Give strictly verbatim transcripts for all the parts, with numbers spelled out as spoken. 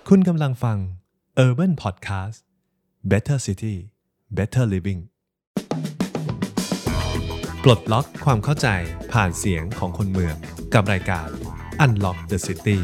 คุณกำลังฟัง Urban Podcast Better City Better Living ปลดล็อกความเข้าใจผ่านเสียงของคนเมืองกับรายการ Unlock the City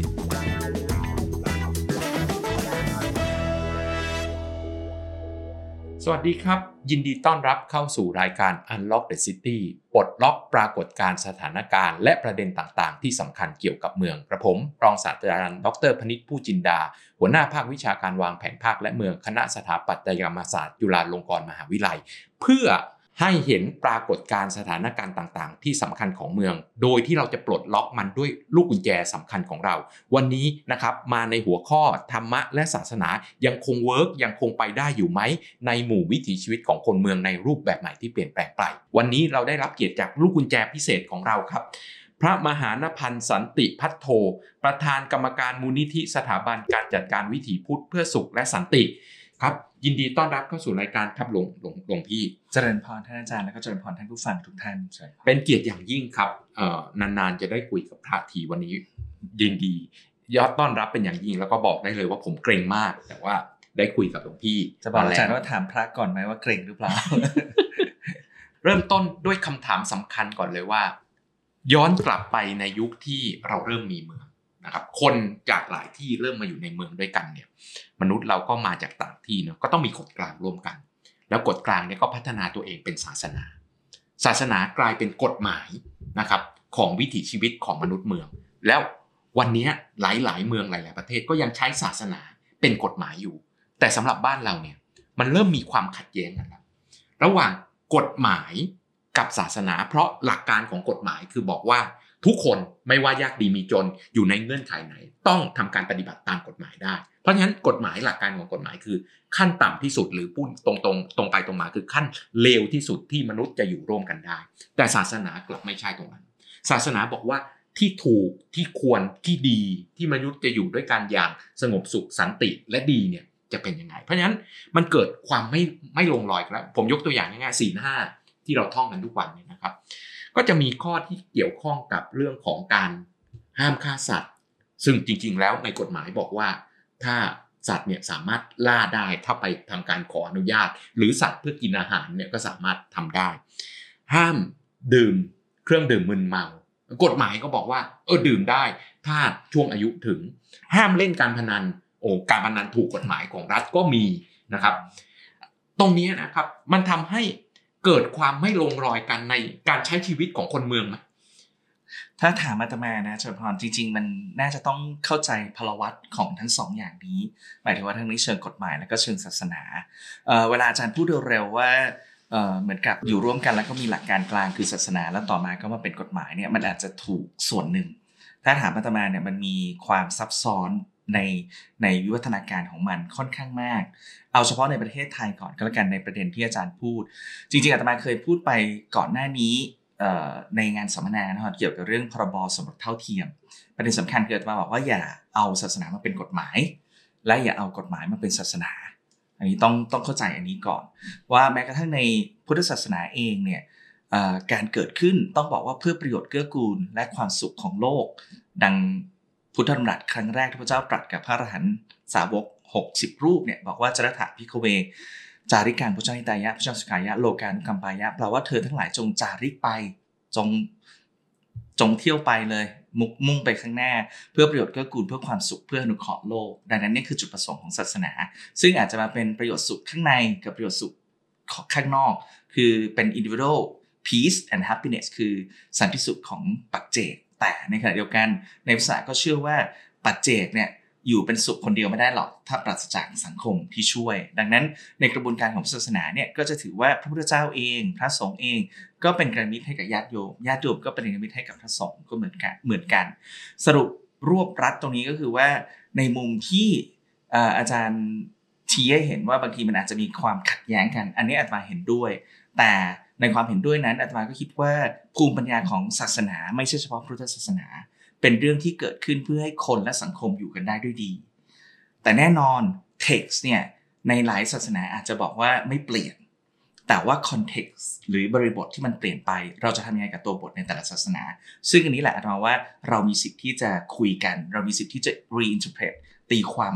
สวัสดีครับยินดีต้อนรับเข้าสู่รายการ Unlock the City ปลดล็อกปรากฏการณ์สถานการณ์และประเด็นต่างๆที่สำคัญเกี่ยวกับเมืองกระผมรองศาสตราจารย์ดรพนิษฐ์ผู้จินดาหัวหน้าภาควิชาการวางแผนภาคและเมืองคณะสถาปัตยกรรมศาสตร์จุฬาลงกรณ์มหาวิทยาลัยเพื่อให้เห็นปรากฏการณ์สถานการณ์ต่างๆที่สำคัญของเมืองโดยที่เราจะปลดล็อกมันด้วยลูกกุญแจสำคัญของเราวันนี้นะครับมาในหัวข้อธรรมะและศาสนายังคงเวิร์กยังคงไปได้อยู่ไหมในหมู่วิถีชีวิตของคนเมืองในรูปแบบใหม่ที่เปลี่ยนแปลงไปวันนี้เราได้รับเกียรติจากลูกกุญแจพิเศษของเราครับพระมหานพันธ์สันติพัทโทประธานกรรมการมูลนิธิสถาบันการจัดการวิถีพุทธเพื่อสุขและสันติครับยินดีต้อนรับเข้าสู่รายการครับหลวงหลวงหลวงพี่เจริญพรท่านอาจารย์และก็เจริญพรท่านผู้ฟังทุกท่านเป็นเกียรติอย่างยิ่งครับเอ่อนานๆจะได้คุยกับพระทีวันนี้ยินดียอดต้อนรับเป็นอย่างยิ่งแล้วก็บอกได้เลยว่าผมเกรงมากแต่ว่าได้คุยกับหลวงพี่จะบอกอาจารย์ว่าถามพระก่อนไหมว่าเกรงหรือเปล่าเริ่มต้นด้วยคำถามสำคัญก่อนเลยว่าย้อนกลับไปในยุคที่เราเริ่มมีเมืองนะครับคนจากหลายที่เริ่มมาอยู่ในเมืองด้วยกันเนี่ยมนุษย์เราก็มาจากต่างที่เนาะก็ต้องมีกฎกลางร่วมกันแล้วกฎกลางเนี่ยก็พัฒนาตัวเองเป็นศาสนาศาสนากลายเป็นกฎหมายนะครับของวิถีชีวิตของมนุษย์เมืองแล้ววันนี้หลายๆเมืองหลายๆประเทศก็ยังใช้ศาสนาเป็นกฎหมายอยู่แต่สำหรับบ้านเราเนี่ยมันเริ่มมีความขัดแย้งกันแล้วระหว่างกฎหมายกับศาสนาเพราะหลักการของกฎหมายคือบอกว่าทุกคนไม่ว่ายากดีมีจนอยู่ในเงื่อนไขไหนต้องทำการปฏิบัติตามกฎหมายได้เพราะฉะนั้นกฎหมายหลักการของกฎหมายคือขั้นต่ำที่สุดหรือพูดตรงๆตรงไปตรงมาคือขั้นเลวที่สุดที่มนุษย์จะอยู่ร่วมกันได้แต่ศาสนากลับไม่ใช่ตรงนั้นศาสนาบอกว่าที่ถูกที่ควรที่ดีที่มนุษย์จะอยู่ด้วยกันอย่างสงบสุขสันติและดีเนี่ยจะเป็นยังไงเพราะฉะนั้นมันเกิดความไม่ไม่ลงรอยกันแล้วผมยกตัวอย่างง่ายๆศีลห้าที่เราท่องกันทุกวันเนี่ยนะครับก็จะมีข้อที่เกี่ยวข้องกับเรื่องของการห้ามฆ่าสัตว์ซึ่งจริงๆแล้วในกฎหมายบอกว่าถ้าสัตว์เนี่ยสามารถล่าได้ถ้าไปทำการขออนุญาตหรือสัตว์เพื่อกินอาหารเนี่ยก็สามารถทำได้ห้ามดื่มเครื่องดื่มมึนเมากฎหมายก็บอกว่าเออดื่มได้ถ้าช่วงอายุถึงห้ามเล่นการพนันโอ้การพนันถูกกฎหมายของรัฐก็มีนะครับตรงนี้นะครับมันทำให้เกิดความไม่ลงรอยกันในการใช้ชีวิตของคนเมืองไหมถ้าถามอาตมานะเฉพาะจริงๆมันน่าจะต้องเข้าใจพลวัตของทั้งสองอย่างนี้หมายถึงว่าทั้งในเชิงกฎหมายและก็เชิงศาสนา เอ่อ เวลาอาจารย์พูดเร็วๆว่าเอ่อเหมือนกับอยู่ร่วมกันแล้วก็มีหลักการกลางคือศาสนาแล้วต่อมาก็มาเป็นกฎหมายเนี่ยมันอาจจะถูกส่วนหนึ่งถ้าถามอาตมาเนี่ยมันมีความซับซ้อนในในวิวัฒนาการของมันค่อนข้างมากเอาเฉพาะในประเทศไทยก่อนก็แล้วกันในประเด็นที่อาจารย์พูดจริงๆอาตมาเคยพูดไปก่อนหน้านี้ในงานสัมมนานะครับเกี่ยวกับเรื่องพรบสมรสเท่าเทียมประเด็นสำคัญคืออาตมาบอกว่าอย่าเอาศาสนามาเป็นกฎหมายและอย่าเอากฎหมายมาเป็นศาสนาอันนี้ต้องต้องเข้าใจอันนี้ก่อนว่าแม้กระทั่งในพุทธศาสนาเองเนี่ยการเกิดขึ้นต้องบอกว่าเพื่อประโยชน์เกื้อกูลและความสุขของโลกดังพุทธดำรัสครั้งแรกที่พระเจ้าตรัสกับพระอรหันต์สาวกหกสิบรูปเนี่ยบอกว่าจรถะภิกขเวจาริการพุทธนิตายะพุทธสุขายะโลกานุกัมปายะแปลว่าเธอทั้งหลายจงจาริกไปจงจงเที่ยวไปเลยมุ่งมุ่งไปข้างหน้าเพื่อประโยชน์เกื้อกูลเพื่อความสุขเพื่ออนุเคราะห์โลกดังนั้นนี่คือจุดประสงค์ของศาสนาซึ่งอาจจะมาเป็นประโยชน์สุขข้างในกับประโยชน์สุขข้างนอกคือเป็น individual peace and happiness คือสันติสุขของปัจเจกแต่ในขณะเดียวกันในภาษาก็เชื่อว่าปัจเจกเนี่ยอยู่เป็นสุขคนเดียวไม่ได้หรอกถ้าปราศจากสังคมที่ช่วยดังนั้นในกระบวนการของศาสนาเนี่ยก็จะถือว่าพระพุทธเจ้าเองพระสงฆ์เองก็เป็นกัลยาณมิตรให้กับญาติโยมญาติโยมก็เป็นกัลยาณมิตรให้กับพระสงฆ์ก็เหมือนกันเหมือนกันสรุปรวบรัดตรงนี้ก็คือว่าในมุมที่อาจารย์ชี้ให้เห็นว่าบางทีมันอาจจะมีความขัดแย้งกันอันนี้อาตมาเห็นด้วยแต่ในความเห็นด้วยนั้นอาตมาก็คิดว่าภูมิปัญญาของศาสนาไม่ใช่เฉพาะพุทธศาสนาเป็นเรื่องที่เกิดขึ้นเพื่อให้คนและสังคมอยู่กันได้ด้วยดีแต่แน่นอน text เนี่ยในหลายศาสนาอาจจะบอกว่าไม่เปลี่ยนแต่ว่า context หรือบริบทที่มันเปลี่ยนไปเราจะทำยังไงกับตัวบทในแต่ละศาสนาซึ่งอันนี้แหละเราว่าเรามีสิทธิ์ที่จะคุยกันเรามีสิทธิ์ที่จะ reinterpret ตีความใหม่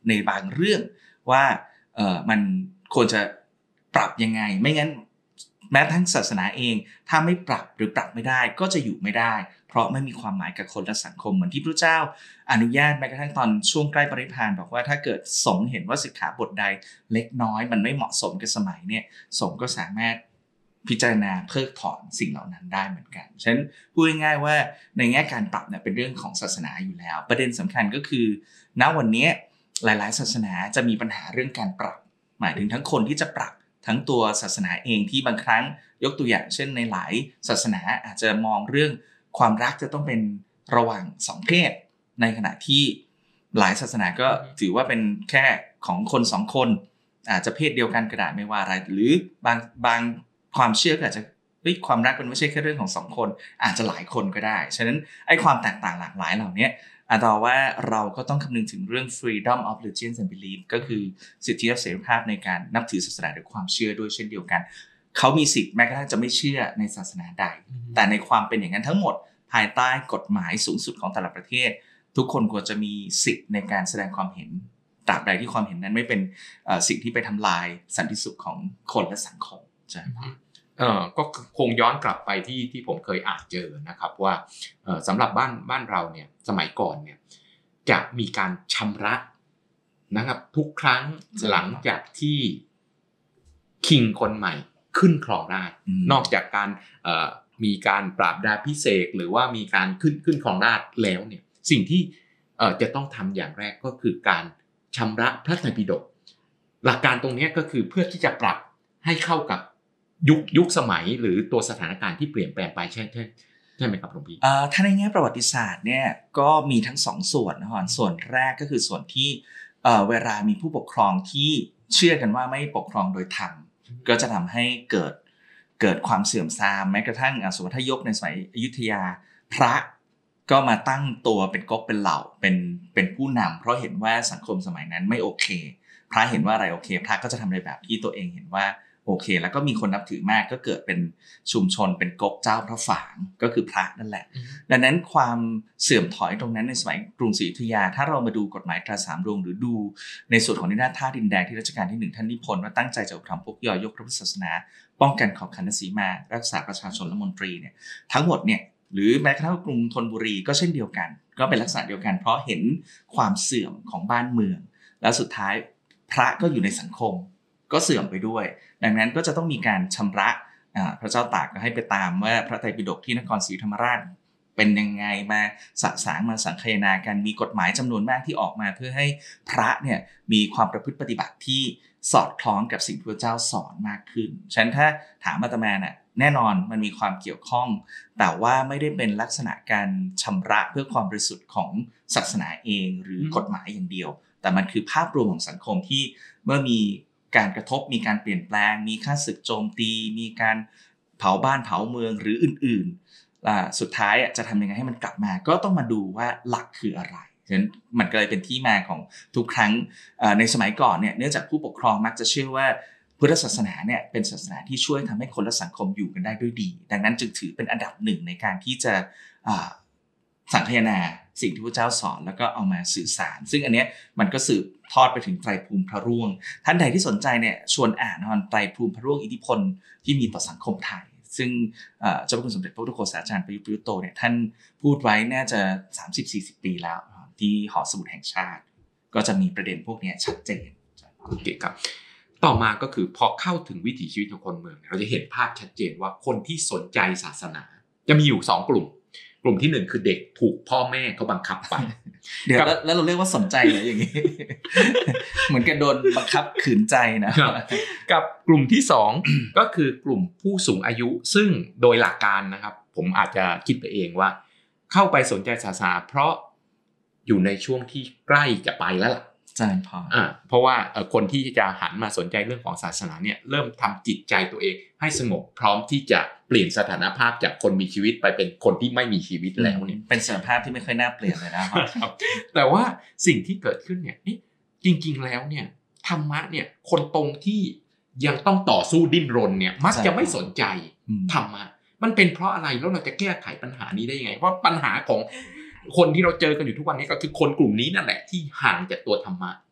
ในบางเรื่องว่าเออมันควรจะปรับยังไงไม่งั้นแม้ทั้งศาสนาเองถ้าไม่ปรับหรือปรับไม่ได้ก็จะอยู่ไม่ได้เพราะไม่มีความหมายกับคนและสังคมเหมือนที่พระเจ้าอนุญาตแม้กระทั่งตอนช่วงใกล้ปรินิพพานบอกว่าถ้าเกิดสงฆ์เห็นว่าสิกขาบทใดเล็กน้อยมันไม่เหมาะสมกับสมัยเนี่ยสงฆ์ก็สามารถพิจารณาเพิกถอนสิ่งเหล่านั้นได้เหมือนกันฉะนั้นพูดง่ายๆว่าในแง่การปรับเนี่ยเป็นเรื่องของศาสนาอยู่แล้วประเด็นสำคัญก็คือณวันนี้หลายๆศาสนาจะมีปัญหาเรื่องการปรับหมายถึงทั้งคนที่จะปรับทั้งตัวศาสนาเองที่บางครั้งยกตัวอย่างเช่นในหลายศาสนาอาจจะมองเรื่องความรักจะต้องเป็นระหว่างสองเพศในขณะที่หลายศาสนาก็ถือว่าเป็นแค่ของคนสองคนอาจจะเพศเดียวกันก็ได้ไม่ว่าอะไรหรือบางบางความเชื่อก็อาจจะเฮ้ยความรักมันไม่ใช่แค่เรื่องของสองคนอาจจะหลายคนก็ได้ฉะนั้นไอ้ความแตกต่างหลากหลายเหล่านี้อาจจะว่าเราก็ต้องคำนึงถึงเรื่อง freedom of religion and belief ก็คือสิทธิและเสรีภาพในการนับถือศาสนาหรือความเชื่อด้วยเช่นเดียวกันเขามีสิทธิ์แม้กระทั่งจะไม่เชื่อในศาสนาใดแต่ในความเป็นอย่างนั้นทั้งหมดภายใต้กฎหมายสูงสุดของแต่ละประเทศทุกคนควรจะมีสิทธิ์ในการแสดงความเห็นตราบใดที่ความเห็นนั้นไม่เป็นสิ่งที่ไปทำลายสันติสุขของคนและสังคมใช่ไหมเออก็คงย้อนกลับไปที่ที่ผมเคยอ่านเจอนะครับว่าเออสำหรับบ้านบ้านเราเนี่ยสมัยก่อนเนี่ยจะมีการชำระนะครับทุกครั้งหลังจากที่คิงคนใหม่ขึ้นครองราชย์นอกจากการเอ่อมีการปราบดาพิเศษหรือว่ามีการขึ้นขึ้นครองราชย์แล้วเนี่ยสิ่งที่เอ่อจะต้องทำอย่างแรกก็คือการชำระพระไตรปิฎกหลักการตรงนี้ก็คือเพื่อที่จะปรับให้เข้ากับยุคยุคสมัยหรือตัวสถานการณ์ที่เปลี่ยนแปลงไปใช่ใช่ใช่ไหมครับหลวงพี่เอ่อถ้าในแง่ประวัติศาสตร์เนี่ยก็มีทั้งสองส่วนนะฮะส่วนแรกก็คือส่วนที่เอ่อเวลามีผู้ปกครองที่เชื่อกันว่าไม่ปกครองโดยธรรมก็จะทำให้เกิดเกิดความเสื่อมทรามแม้กระทั่งสมมติถ้ายกในสมัยอยุธยาพระก็มาตั้งตัวเป็นก๊กเป็นเหล่าเป็นเป็นผู้นำเพราะเห็นว่าสังคมสมัยนั้นไม่โอเคพระเห็นว่าอะไรโอเคพระก็จะทำในแบบที่ตัวเองเห็นว่าโอเคแล้วก็มีคนนับถือมากก็เกิดเป็นชุมชนเป็นก๊กเจ้าพระฝางก็คือพระนั่นแหละ mm-hmm. ดังนั้นความเสื่อมถอยตรงนั้นในสมัยกรุงศรีอยุธยาถ้าเรามาดูกฎหมายตราสามดวงหรือดูในส่วนของนิราศท่าดินแดงที่รัชกาลที่หนึ่งท่านนิพนธ์ว่าตั้งใจจะทำพวกย่อยกพระพุทธศาสนาป้องกันขอบขันธสีมารักษาประชาชนและมนตรีเนี่ยทั้งหมดเนี่ยหรือแม้กระทั่งกรุงธนบุรีก็เช่นเดียวกันก็เป็นลักษณะเดียวกันเพราะเห็นความเสื่อมของบ้านเมืองแล้วสุดท้ายพระก็อยู่ในสังคมก็เสื่อมไปด้วยดังนั้นก็จะต้องมีการชำระพระเจ้าตากก็ให้ไปตามว่าพระไตรปิฎกที่นครศรีธรรมราชเป็นยังไงมาสะสางมาสังคายนากันมีกฎหมายจำนวนมากที่ออกมาเพื่อให้พระเนี่ยมีความประพฤติปฏิบัติที่สอดคล้องกับสิ่งที่พระเจ้าสอนมากขึ้นฉะนั้นถ้าถามอาตมาเนี่ยแน่นอนมันมีความเกี่ยวข้องแต่ว่าไม่ได้เป็นลักษณะการชำระเพื่อความบริสุทธิ์ของศาสนาเองหรือกฎหมายอย่างเดียวแต่มันคือภาพรวมของสังคมที่เมื่อมีการกระทบมีการเปลี่ยนแปลงมีค่าศึกโจมตีมีการเผาบ้านเผาเมืองหรืออื่นๆสุดท้ายจะทำยังไงให้มันกลับมาก็ต้องมาดูว่าหลักคืออะไรฉะนั้นมันก็เลยเป็นที่มาของทุกครั้งในสมัยก่อนเนี่ยเนื่องจากผู้ปกครองมักจะเชื่อว่าพุทธศาสนาเนี่ยเป็นศาสนาที่ช่วยทำให้คนและสังคมอยู่กันได้ด้วยดีดังนั้นจึงถือเป็นอันดับหนึ่งในการที่จะสังคายนาสิ่งที่พระเจ้าสอนแล้วก็เอามาสื่อสารซึ่งอันเนี้ยมันก็สืบทอดไปถึงไตรภูมิพระร่วงท่านใดที่สนใจเนี่ยชวนอ่านนอนไตรภูมิพระร่วงอิทธิพลที่มีต่อสังคมไทยซึ่งเจ้าพระคุณสมเด็จพระพุทธโฆษาจารย์ประยุทธ์ประยุทธ์โตเนี่ยท่านพูดไว้น่าจะ สามสิบถึงสี่สิบ ปีแล้วที่หอสมุดแห่งชาติก็จะมีประเด็นพวกนี้ชัดเจนโอเคครับต่อมาก็คือพอเข้าถึงวิถีชีวิตของคนเมืองเราจะเห็นภาพชัดเจนว่าคนที่สนใจศาสนาจะมีอยู่สองกลุ่มกลุ่มที่หนึ่งคือเด็กถูกพ่อแม่เขาบังคับไปเดี๋ยวแล้วเราเรียกว่าสนใจเหรออย่างนี้ เหมือนกันโดนบังคับขืนใจนะกับกลุ่มที่สองก็คือกลุ่มผู้สูงอายุซึ่งโดยหลักการนะครับผมอาจจะคิดไปเองว่าเข้าไปสนใจศาสนาเพราะอยู่ในช่วงที่ใกล้จะไปแล้วล่ะใช่พออ่าเพราะว่าคนที่จะหันมาสนใจเรื่องของศาสนาเนี่ยเริ่มทำจิตใจตัวเองให้สงบพร้อมที่จะเปลี่ยนสถานภาพจากคนมีชีวิตไปเป็นคนที่ไม่มีชีวิตแล้วเนี่ยเป็นสถานภาพที่ไม่ค่อยน่าเปลี่ยนเลยนะครับแต่ว่าสิ่งที่เกิดขึ้นเนี่ยจริงๆแล้วเนี่ยธรรมะเนี่ยคนตรงที่ยังต้องต่อสู้ดิ้นรนเนี่ยมักจะไม่สนใจธรรมะมันเป็นเพราะอะไรแล้วเราจะแก้ไขปัญหานี้ได้ยังไงเพราะปัญหาของคนที่เราเจอกันอยู่ทุกวันนี้ก็คือคนกลุ่มนี้นั่นแหละที่ห่างจากตัวธรรมะ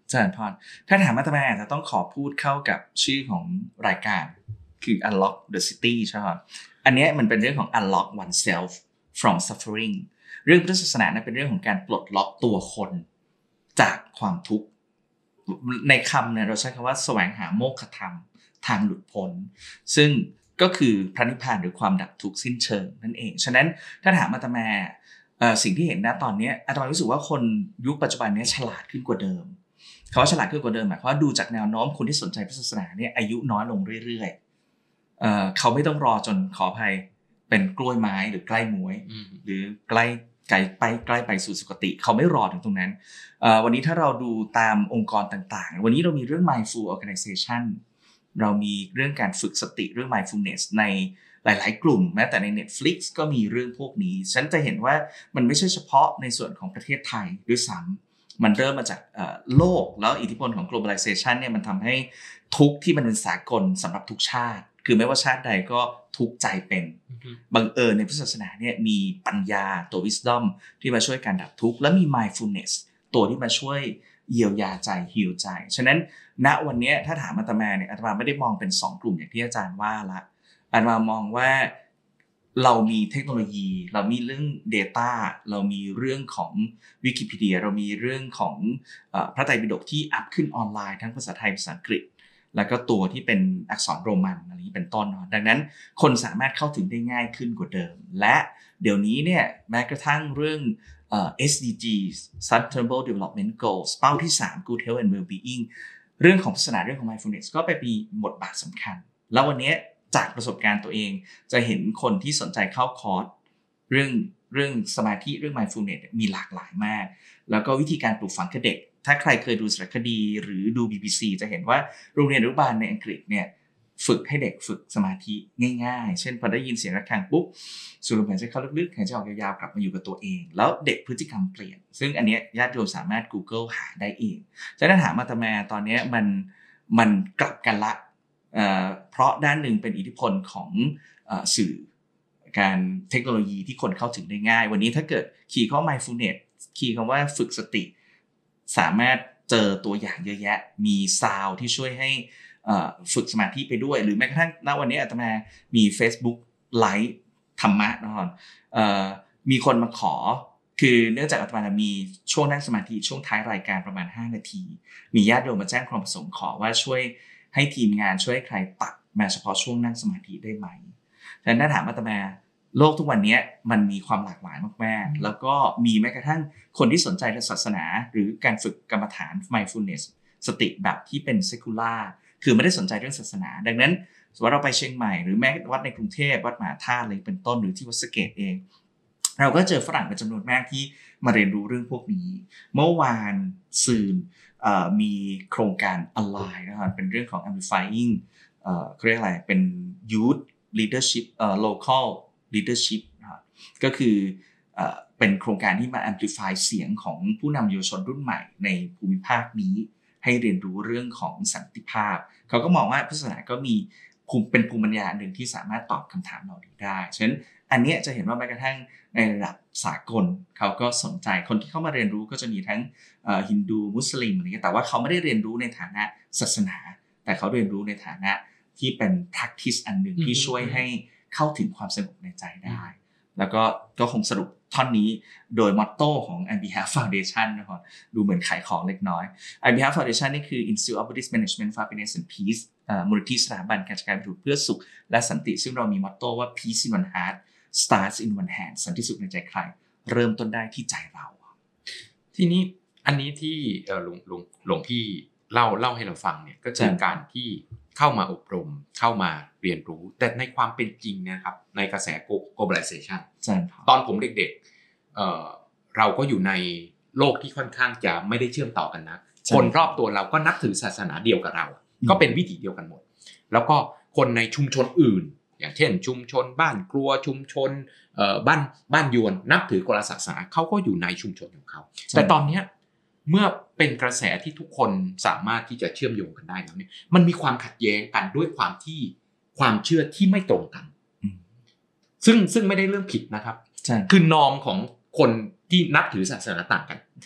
เจริญพรถ้าถามอาตมาอาจจะต้องขอพูดเข้ากับชื่อของรายการคือ Unlock the City ใช่ไหมอันนี้มันเป็นเรื่องของ Unlock oneself from suffering เรื่องพุทธศาสนานั้นเป็นเรื่องของการปลดล็อกตัวคนจากความทุกข์ในคำเนี่ยเราใช้คำว่าแสวงหาโมฆะธรรมทางหลุดพ้นซึ่งก็คือพระนิพพานหรือความดับทุกข์สิ้นเชิงนั่นเองฉะนั้นถ้าถามอาตมาสิ่งที่เห็นณตอนนี้อาตมารู้สึกว่าคนยุคปัจจุบันนี้ฉลาดขึ้นกว่าเดิมเขาฉลาดขึ้นกว่าเดิมหมายความว่าดูจากแนวโน้มคนที่สนใจพุทธศาสนาเนี่ยอายุน้อยลงเรื่อยๆ เอ่อเขาไม่ต้องรอจนขออภัยเป็นกล้วยไม้หรือใกล้ม้วยหรือใกล้ไกลไปใกล้ไปสู่สุคติเขาไม่รอถึงตรงนั้นเอ่อวันนี้ถ้าเราดูตามองค์กรต่างๆวันนี้เรามีเรื่อง mindful organization เรามีเรื่องการฝึกสติเรื่อง mindfulness ในหลายๆกลุ่มแม้แต่ใน Netflix ก็มีเรื่องพวกนี้ฉันจะเห็นว่ามันไม่ใช่เฉพาะในส่วนของประเทศไทยด้วยซ้ำมันเริ่มมาจากโลกแล้วอิทธิพลของ globalization เนี่ยมันทำให้ทุกที่มันเป็นสากลสำหรับทุกชาติคือไม่ว่าชาติใดก็ทุกข์ใจเป็น mm-hmm. บังเอิญในพุทธศาสนาเนี่ยมีปัญญาตัว wisdom ที่มาช่วยการดับทุกข์และมี mindfulness ตัวที่มาช่วยเยียวยาใจ heal ใจฉะนั้นณวันนี้ถ้าถามอาตมาเนี่ยอาตมาไม่ได้มองเป็นสองกลุ่มอย่างที่อาจารย์ว่าละอาตมามองว่าเรามีเทคโนโลยีเรามีเรื่อง data เรามีเรื่องของ Wikipedia เรามีเรื่องของเอ่อพระไตรปิฎกที่อัพขึ้นออนไลน์ทั้งภาษาไทยภาษาอังกฤษแล้วก็ตัวที่เป็นอักษรโรมันอะไรนี้เป็นต้นเนาะดังนั้นคนสามารถเข้าถึงได้ง่ายขึ้นกว่าเดิมและเดี๋ยวนี้เนี่ยแม้กระทั่งเรื่องเอ่อ เอส ดี จี Sustainable Development Goals เป้าที่สาม Good Health and Well-being เรื่องของศาสนาเรื่องของ mindfulness ก็ไปมีบทบาทสำคัญแล้ววันนี้จากประสบการณ์ตัวเองจะเห็นคนที่สนใจเข้าคอร์สเรื่องเรื่องสมาธิเรื่อง mindfulness มีหลากหลายมากแล้วก็วิธีการปลูกฝังกับเด็กถ้าใครเคยดูสารคดีหรือดู บี บี ซี จะเห็นว่าโรงเรียนอนุบาลในอังกฤษเนี่ยฝึกให้เด็กฝึกสมาธิง่ายๆเช่นพอได้ยินเสียงระฆังปุ๊บสูดลมหายใจเข้าลึกๆหายใจออกยาวๆกลับมาอยู่กับตัวเองแล้วเด็กพฤติกรรมเปลี่ยนซึ่งอันนี้ญาติโยมสามารถ Google หาได้เองฉะนั้นถามอาตมาตอนนี้มันมันกลับกันละเอ่อเพราะด้านหนึ่งเป็นอิทธิพลของเอ่อสื่อการเทคโนโลยีที่คนเข้าถึงได้ง่ายวันนี้ถ้าเกิดคีย์เข้า mindfulness คีย์คำว่าฝึกสติสามารถเจอตัวอย่างเยอะแยะมีซาวด์ที่ช่วยให้ฝึกสมาธิไปด้วยหรือแม้กระทั่งณวันนี้อาตมามี Facebook ไลฟ์ธรรมะนะครับมีคนมาขอคือเนื่องจากอาตมามีช่วงนั่งสมาธิช่วงท้ายรายการประมาณห้านาทีมีญาติโยมมาแจ้งความประสงค์ขอว่าช่วยให้ทีมงานช่วยใครตัดมาเฉพาะช่วงนั่งสมาธิได้ไหมฉะนั้นถ้าถามอาตมาโลกทุกวันนี้มันมีความหลากหลายมากๆแล้วก็มีแม้กระทั่งคนที่สนใจทางศาสนาหรือการฝึกกรรมฐาน mindfulness สติแบบที่เป็น secular คือไม่ได้สนใจเรื่องศาสนาดังนั้นสมมติเราไปเชียงใหม่หรือแม้วัดในกรุงเทพวัดมหาธาตุเลยเป็นต้นหรือที่วัดสะเกษเองเราก็เจอฝรั่งเป็นจำนวนมากที่มาเรียนรู้เรื่องพวกนี้เมื่อวานซืนมีโครงการ Align นะครับเป็นเรื่องของ amplifying เอ่อเขาเรียกอะไรเป็น youth leadership เอ่อ local leadership นะครับก็คือเอ่อเป็นโครงการที่มา amplify เสียงของผู้นำเยาวชนรุ่นใหม่ในภูมิภาคนี้ให้เรียนรู้เรื่องของสันติภาพเขาก็มองว่าพุทธศาสนาก็มีภูมิเป็นภูมิปัญญาหนึ่งที่สามารถตอบคำถามเหล่านี้ได้ฉะนั้นอันนี้จะเห็นว่าแม้กระทั่งในระดับสากลเขาก็สนใจคนที่เข้ามาเรียนรู้ก็จะมีทั้งฮินดูมุสลิมอะไรเงี้ยแต่ว่าเขาไม่ได้เรียนรู้ในฐานะศาสนาแต่เขาเรียนรู้ในฐานะที่เป็น practice อันหนึ่งที่ช่วยให้เข้าถึงความสงบในใจได้แล้วก็ก็คงสรุปท่อนนี้โดยมอตโต้ของ I Behalf Foundation นะครับดูเหมือนขายของเล็กน้อย I Behalf Foundation นี่คือ Institute of Buddhist Management for Happiness and Peace มูลนิธิสถาบันการจัดการประโยชน์เพื่อสุขและสันติซึ่งเรามีมอตโต้ว่า Peace in one heart starts in one hand สันติสุขในใจใครเริ่มต้นได้ที่ใจเราทีนี้อันนี้ที่เอ่อหลวงหลวงหลวงพี่เล่าเล่าให้เราฟังเนี่ยก็คือการที่เข้ามาอบรมเข้ามาเรียนรู้แต่ในความเป็นจริงนะครับในกระแส globalization ตอนผมเด็กๆ เอ่อเราก็อยู่ในโลกที่ค่อนข้างจะไม่ได้เชื่อมต่อกันนะคนรอบตัวเราก็นับถือศาสนาเดียวกับเราก็เป็นวิถีเดียวกันหมดแล้วก็คนในชุมชนอื่นอย่างเช่นชุมชนบ้านกลัวชุมชนเอ่อบ้านบ้านยวนนับถือคนละศาสนาเขาก็อยู่ในชุมชนของเขาแต่ตอนนี้เมื่อเป็นกระแสที่ทุกคนสามารถที่จะเชื่อมโยงกันได้แล้วเนี่ยมันมีความขัดแย้งกันด้วยความที่ความเชื่อที่ไม่ตรงกันซึ่งซึ่งไม่ได้เรื่องผิดนะครับคือนอมของคนที่นับถือศาสนาต่างกัน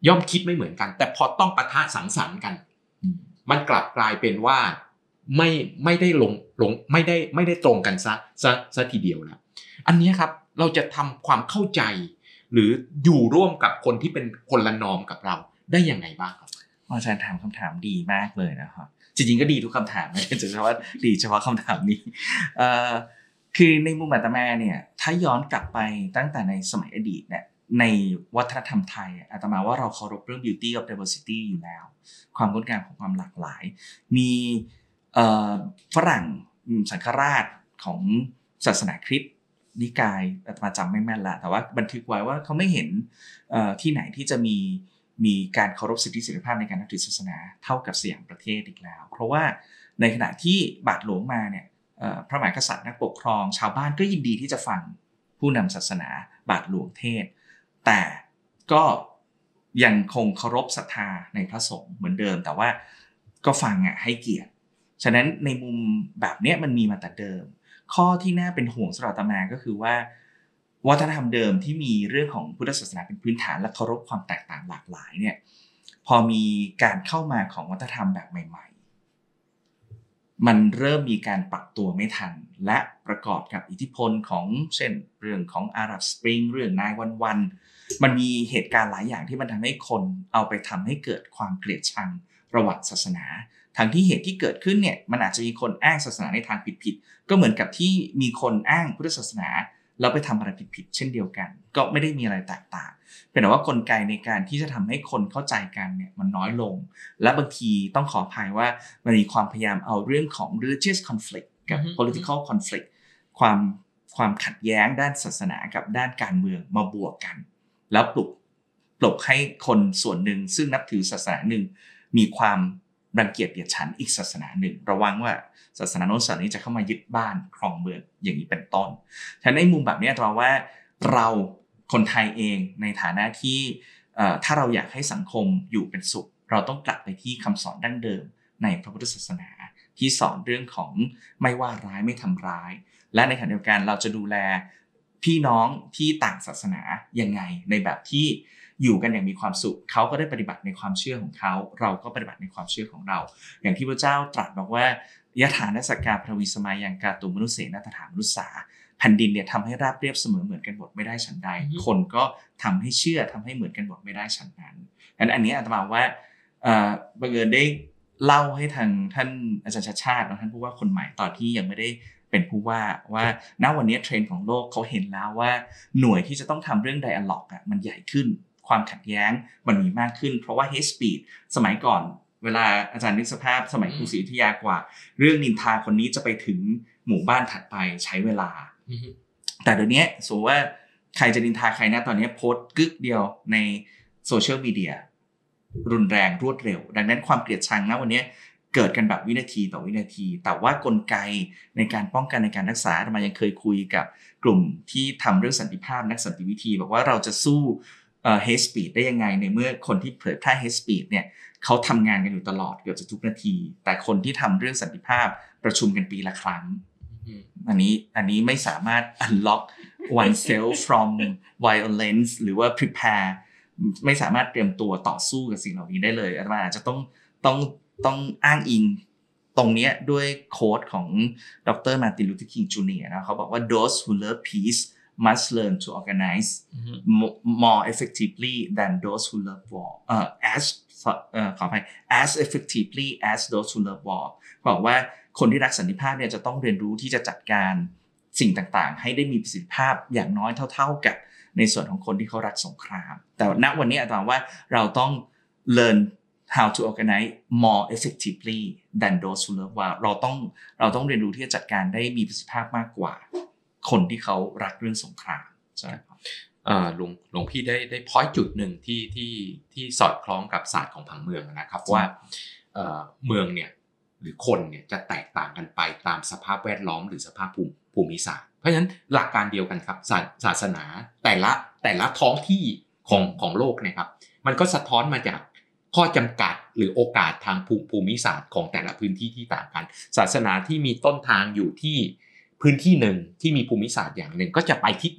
ย่อมคิดไม่เหมือนกันแต่พอต้องปะทะสังสรรค์กันมันกลับกลายเป็นว่าไม่ไม่ได้ลงลงไม่ได้ไม่ได้ตรงกันซะซะซะทีเดียวแล้วอันนี้ครับเราจะทำความเข้าใจหรืออยู่ร่วมกับคนที่เป็นคนละนอมกับเราได้ยังไงบ้างครับอาจารย์ถามคำถามดีมากเลยนะครับจริงๆก็ดีทุกคำถามไม่ใช่เฉพาะดีเฉพาะคำถามนี้เอ่อคือในมุมอาตมาเนี่ยถ้าย้อนกลับไปตั้งแต่ในสมัยอดีตเนี่ยในวัฒนธรรมไทยอาตมาว่าเราเคารพเรื่อง beauty of diversity อยู่แล้วความงดงามของความหลากหลายมีเอ่อฝรั่งสังฆราชของศาสนาคริสต์นิกายอาตมาจำไม่แม่นละแต่ว่าบันทึกไว้ว่าเขาไม่เห็นเอ่อที่ไหนที่จะมีมีการเคารพสิทธิเสรีภาพในการนับถือศาสนาเท่ากับสยามประเทศอีกแล้วเพราะว่าในขณะที่บาทหลวงมาเนี่ยพระมหากษัตริย์นักปกครองชาวบ้านก็ยินดีที่จะฟังผู้นำศาสนาบาทหลวงเทศแต่ก็ยังคงเคารพศรัทธาในพระสงฆ์เหมือนเดิมแต่ว่าก็ฟังอ่ะให้เกียรติฉะนั้นในมุมแบบเนี้ยมันมีมาแต่เดิมข้อที่น่าเป็นห่วงสำหรับอาตมาก็คือว่าวัฒนธรรมเดิมที่มีเรื่องของพุทธศาสนาเป็นพื้นฐานและเคารพความแตกต่างหลากหลายเนี่ยพอมีการเข้ามาของวัฒนธรรมแบบใหม่ๆมันเริ่มมีการปรับตัวไม่ทันและประกอบกับอิทธิพลของเช่นเรื่องของอาหรับสปริงเรื่องนายวันวันมันมีเหตุการณ์หลายอย่างที่มันทำให้คนเอาไปทำให้เกิดความเกลียดชังระหว่างศาสนาทั้งที่เหตุที่เกิดขึ้นเนี่ยมันอาจจะมีคนอ้างศาสนาในทางผิดๆก็เหมือนกับที่มีคนอ้างพุทธศาสนาแล้วไปทำอะไรผิดๆเช่นเดียวกันก็ไม่ได้มีอะไรแตกต่างเป็นแต่ว่ากลไกในการที่จะทำให้คนเข้าใจกันเนี่ยมันน้อยลงและบางทีต้องขออภัยว่ามันมีความพยายามเอาเรื่องของ religious conflict กับ political conflict ความความขัดแย้งด้านศาสนากับด้านการเมืองมาบวกกันแล้วปลุกปลุกให้คนส่วนหนึ่งซึ่งนับถือศาสนาหนึ่งมีความรังเกียจเดียดฉันอีกศาสนาหนึ่งระวังว่าศาสนาโน้นศาสนานี้จะเข้ามายึดบ้านครองเมืองอย่างนี้เป็นต้นฉะนั้นในมุมแบบนี้ถือว่าเราคนไทยเองในฐานะที่ถ้าเราอยากให้สังคมอยู่เป็นสุขเราต้องกลับไปที่คำสอนดั้งเดิมในพระพุทธศาสนาที่สอนเรื่องของไม่ว่าร้ายไม่ทำร้ายและในขณะเดียวกันเราจะดูแลพี่น้องที่ต่างศาสนายังไงในแบบที่อยู่กันอย่างมีความสุขเขาก็ได้ปฏิบัติในความเชื่อของเขาเราก็ปฏิบัติในความเชื่อของเราอย่างที่พระเจ้าตรัสบอกว่ายถานัสสกาพระวิสมายังกาตุมนุษเสนาตถามนุษสาแผ่นดินเนี่ยทำให้ราบเรียบเสมอเหมือนกันหมดไม่ได้ฉันใด mm-hmm. คนก็ทำให้เชื่อทำให้เหมือนกันหมดไม่ได้ฉันนั้นงั้นอันนี้อาตมาว่าบังเอิญได้เล่าให้ทางท่านอาจารย์ชาติชาติท่านผู้ว่าคนใหม่ตอนที่ยังไม่ได้เป็นผู้ว่าว่าณวันนี้เทรนด์ของโลกเขาเห็นแล้วว่าหน่วยที่จะต้องทำเรื่อง dialogue อ่ะมันใหญ่ขึ้นความขัดแย้งมันมีมากขึ้นเพราะว่า hate speech สมัยก่อนเวลาอาจารย์นึกสภาพสมัยกรุงศรีอยุธยากว่าเรื่องนินทาคนนี้จะไปถึงหมู่บ้านถัดไปใช้เวลา mm-hmm. แต่เดี๋ยวนี้สมมติว่าใครจะนินทาใครนะตอนนี้โพสต์กึกเดียวในโซเชียลมีเดียรุนแรงรวดเร็วดังนั้นความเกลียดชังนะวันนี้เกิดกันแบบวินาทีต่อวินาทีแต่ว่ากลไกในการป้องกันในการรักษามายังเคยคุยกับกลุ่มที่ทำเรื่องสันติภาพนักสันติวิธีบอกว่าเราจะสู้เอ่อ hate speech ได้ยังไงในเมื่อคนที่เผยแพร่ hate speech เนี่ยเขาทำงานกันอยู่ตลอดเกือบจะทุกนาทีแต่คนที่ทำเรื่องสันติภาพประชุมกันปีละครั้ง mm-hmm. อันนี้อันนี้ไม่สามารถ unlock oneself from violence หรือว่า prepare ไม่สามารถเตรียมตัวต่อสู้กับสิ่งเหล่านี้ได้เลยอาจจะอาจจะต้องต้องต้องอ้างอิงตรงนี้ด้วยโค้ดของดรมาร์ตินลูเทอร์คิงจูเนียร์นะเขาบอกว่า those who love peace must learn to organize mm-hmm. more effectively than those who love war uh, as เอ่อขออภัย as effectively as those who love war บอกว่าคนที่รักสันติภาพเนี่ยจะต้องเรียนรู้ที่จะจัดการสิ่งต่างๆให้ได้มีประสิทธิภาพอย่างน้อยเท่าๆกับในส่วนของคนที่เขารักสงครามแต่ณวันนี้อาจารย์ว่าเราต้อง learn how to organize more effectively than those who love war เราต้องเราต้องเรียนรู้ที่จะจัดการได้มีประสิทธิภาพมากกว่าคนที่เขารักเรื่องสงครามใช่ครับอ่าหลวงหลวงพี่ได้ได้ point จุดหนึ่งที่ที่ที่สอดคล้องกับศาสตร์ของผังเมืองนะครับว่าเอ่อเมืองเนี่ยหรือคนเนี่ยจะแตกต่างกันไปตามสภาพแวดล้อมหรือสภาพภูมิภูมิศาสตร์เพราะฉะนั้นหลักการเดียวกันครับศาสนาแต่ละแต่ละท้องที่ของของโลกเนี่ยครับมันก็สะท้อนมาจากข้อจำกัดหรือโอกาสทางภูมิศาสตร์ของแต่ละพื้นที่ที่ต่างกันศาสนาที่มีต้นทางอยู่ที่พื้นที่หนึ่งที่มีภูมิศาสตร์อย่างหนึ่งก็จะไปทิศหนึ่ง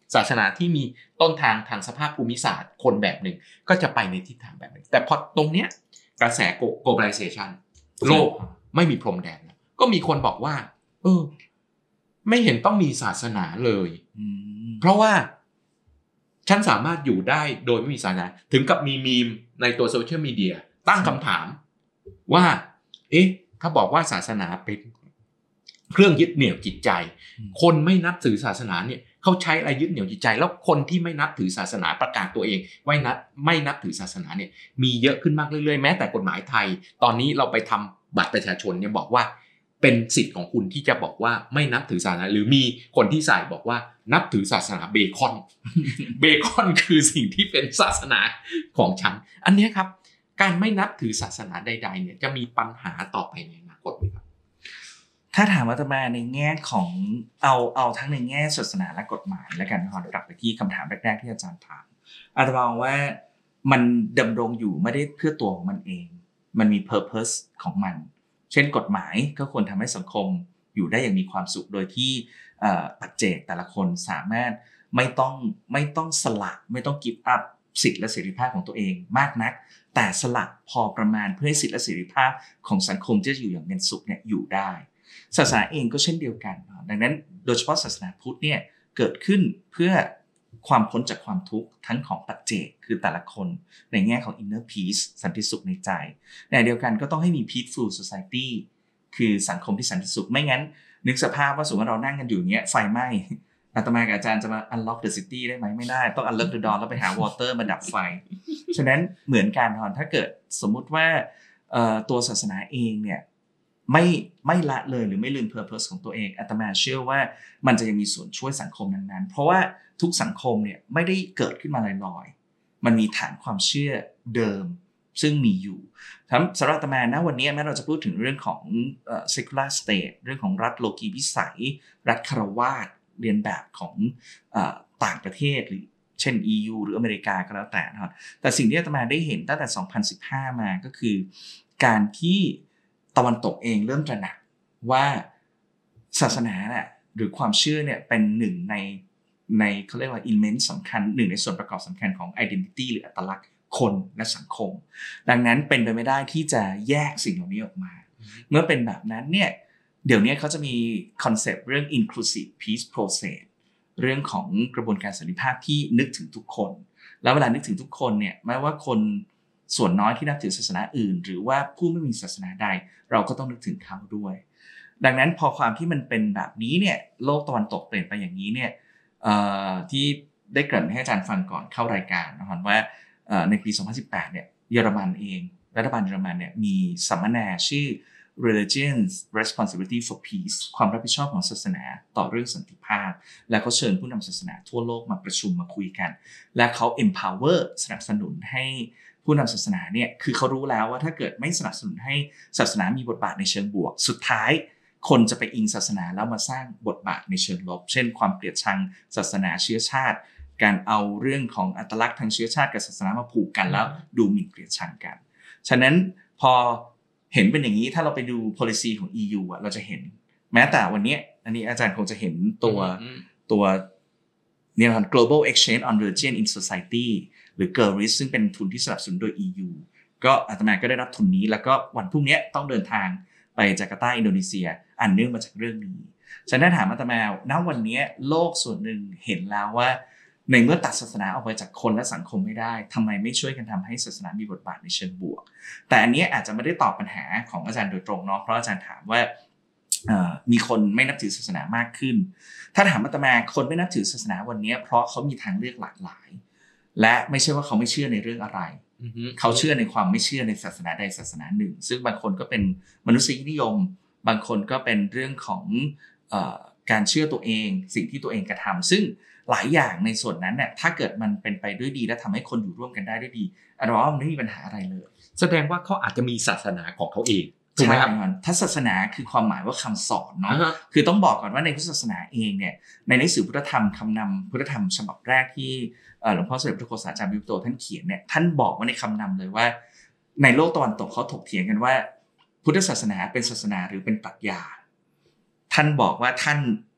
ศาสนาที่มีต้นทางทางสภาพภูมิศาสตร์คนแบบหนึ่งก็จะไปในทิศทางแบบนึงแต่พอตรงเนี้ยกระแส globalization โลกไม่มีพรมแดนก็มีคนบอกว่าเออไม่เห็นต้องมีศาสนาเลยเพราะว่าฉันสามารถอยู่ได้โดยไม่มีศาสนาถึงกับมีมีมในตัวโซเชียลมีเดียตั้งคำถามว่าเอ๊ะถ้าบอกว่าศาสนาเป็นเครื่องยึดเหนี่ยวจิตใจคนไม่นับถือศาสนาเนี่ยเขาใช้อะไรยึดเหนี่ยวจิตใจแล้วคนที่ไม่นับถือศาสนาประกาศตัวเองไว้นับไม่นับถือศาสนาเนี่ยมีเยอะขึ้นมากเรื่อยๆแม้แต่กฎหมายไทยตอนนี้เราไปทำบัตรประชาชนเนี่ยบอกว่าเป็นสิทธิ์ของคุณที่จะบอกว่าไม่นับถือศาสนาหรือมีคนที่ใส่บอกว่านับถือศาสนาเบคอน เบคอนคือสิ่งที่เป็นศาสนาของฉันอันนี้ครับการไม่นับถือศาสนาใดๆเนี่ยจะมีปัญหาต่อไปในอนาคตไหมครับถ้าถามอาตมาในแง่ของเอาเอาทั้งในแง่ศาสนาและกฎหมายแล้วกันขอกลับไปที่คำถามแรกๆที่อาจารย์ถามอาตมามองว่ามันดำรงอยู่ไม่ได้เพื่อตัวของมันเองมันมี purpose ของมันเช่นกฎหมายก็ควรทำให้สังคมอยู่ได้อย่างมีความสุขโดยที่ปัจเจกแต่ละคนสามารถไม่ต้องไม่ต้องสละไม่ต้อง give up สิทธิและเสรีภาพของตัวเองมากนักแต่สละพอประมาณเพื่อให้สิทธิและเสรีภาพของสังคมที่จะอยู่อย่างเป็นสุขเนี่ยอยู่ได้ศาสนาเองก็เช่นเดียวกันดังนั้นโดยเฉพาะศาสนาพุทธเนี่ยเกิดขึ้นเพื่อความพ้นจากความทุกข์ทั้งของปัจเจกคือแต่ละคนในแง่ของ inner peace สันติสุขในใจในเดียวกันก็ต้องให้มี peaceful society คือสังคมที่สันติสุขไม่งั้นนึกสภาพว่าสมมติเรานั่งกันอยู่อย่างเงี้ยไฟไหม้อาตมากับอาจารย์จะมา unlock the city ได้ไหมไม่ได้ต้อง unlock the door แล้วไปหา water มาดับไฟฉะนั้นเหมือนกันถ้าเกิดสมมุติว่าตัวศาสนาเองเนี่ยไม่ไม่ละเลยหรือไม่ลืม purpose ของตัวเองอาตมาเชื่อว่ามันจะยังมีส่วนช่วยสังคมนั้นๆเพราะว่าทุกสังคมเนี่ยไม่ได้เกิดขึ้นมาลอยๆมันมีฐานความเชื่อเดิมซึ่งมีอยู่สำหรับอาตมานะวันนี้แม้เราจะพูดถึงเรื่องของ secular state เรื่องของรัฐโลกีวิสัยรัฐคฤหัสถ์เรียนแบบของต่างประเทศหรือเช่น อี ยู หรืออเมริกาก็แล้วแต่นะครับแต่สิ่งที่อาตมาได้เห็นตั้งแต่สองพันสิบห้ามาก็คือการที่ตะวันตกเองเริ่มตระหนักว่าศาสนาน่ะหรือความเชื่อเนี่ยเป็นหนึ่งในในเขาเรียกว่า element สำคัญหนึ่งในส่วนประกอบสำคัญของ identity หรืออัตลักษณ์คนและสังคมดังนั้นเป็นไปไม่ได้ที่จะแยกสิ่งเหล่านี้ออกมา mm-hmm. เมื่อเป็นแบบนั้นเนี่ยเดี๋ยวนี้เขาจะมีคอนเซปต์เรื่อง inclusive peace process เรื่องของกระบวนการสันติภาพที่นึกถึงทุกคนแล้วเวลานึกถึงทุกคนเนี่ยแม้ว่าคนส่วนน้อยที่นับถือศาสนาอื่นหรือว่าผู้ไม่มีศาสนาใดเราก็ต้องนึกถึงเขาด้วยดังนั้นพอความที่มันเป็นแบบนี้เนี่ยโลกตะวันตกเปลี่ยนไปอย่างนี้เนี่ยที่ได้เกริ่นให้อาจารย์ฟังก่อนเข้ารายการนะครับว่าในปีสองพันสิบแปดเนี่ยเยอรมันเองรัฐบาลเยอรมันเนี่ยมีสัมมนาชื่อ Religion's Responsibility for Peace ความรับผิดชอบของศาสนาต่อเรื่องสันติภาพและเขาเชิญผู้นำศาสนาทั่วโลกมาประชุมมาคุยกันและเขา empower สนับสนุนให้ผู้นำศาสนาเนี่ยคือเขารู้แล้วว่าถ้าเกิดไม่สนับสนุนให้ศาสนามีบทบาทในเชิงบวกสุดท้ายคนจะไปอิงศาสนาแล้วมาสร้างบทบาทในเชิงลบเช่นความเกลียดชังศาสนาเชื้อชาติการเอาเรื่องของอัตลักษณ์ทางเชื้อชาติกับศาสนามาผูกกันแล้วดูหมิ่นเกลียดชังกันฉะนั้นพอเห็นเป็นอย่างนี้ถ้าเราไปดู policy ของ อี ยู อ่ะเราจะเห็นแม้แต่วันนี้อันนี้อาจารย์คงจะเห็นตัวตัวเนี่ยครับ Global Exchange on Religion in Society หรือ จี อี อาร์ ไอ เอส ซึ่งเป็นทุนที่สนับสนุนโดย อี ยู ก็อาตมาก็ได้รับทุนนี้แล้วก็วันพรุ่งนี้ต้องเดินทางไปจาการ์ตาอินโดนีเซียอันเนื่องมาจากเรื่องนี้ฉะนั้นถามอาตมาณวันนี้โลกส่วนหนึ่งเห็นแล้วว่าในเมื่อตัดศาสนาออกไปจากคนและสังคมไม่ได้ทำไมไม่ช่วยกันทำให้ศาสนามีบทบาทในเชิงบวกแต่อันนี้อาจจะไม่ได้ตอบปัญหาของอาจารย์โดยตรงเนาะเพราะอาจารย์ถามว่ามีคนไม่นับถือศาสนามากขึ้นถ้าถามอาตมาคนไม่นับถือศาสนาวันนี้เพราะเขามีทางเลือกหลากหลายและไม่ใช่ว่าเขาไม่เชื่อในเรื่องอะไร mm-hmm. เขาเชื่อในความไม่เชื่อในศาสนาใดศาสนาหนึ่งซึ่งบางคนก็เป็นมนุษยนิยมบางคนก็เป็นเรื่องของเอ่อการเชื่อตัวเองสิ่งที่ตัวเองกระทำซึ่งหลายอย่างในส่วนนั้นเนี่ยถ้าเกิดมันเป็นไปด้วยดีและทำให้คนอยู่ร่วมกันได้ด้วยดีอาตมาว่ามันไม่มีปัญหาอะไรเลยแสดงว่าเขาอาจจะมีศาสนาของเขาเองถูกไหมครับถ้าศาสนาคือความหมายว่าคำสอนเนาะ uh-huh. คือต้องบอกก่อนว่าในพุทธศาสนาเองเนี่ยในหนังสือพุทธธรรมคำนำพุทธธรรมฉบับแรกที่หลวงพ่อสมเด็จพระโฆษาจารย์วิปุตโตท่านเขียนเนี่ยท่านบอกว่าในคำนำเลยว่าในโลกตะวันตกเขาถกเถียงกันว่าพุทธศาสนาเป็นศาสนาหรือเป็นปรัชญาท่านบอกว่าท่าน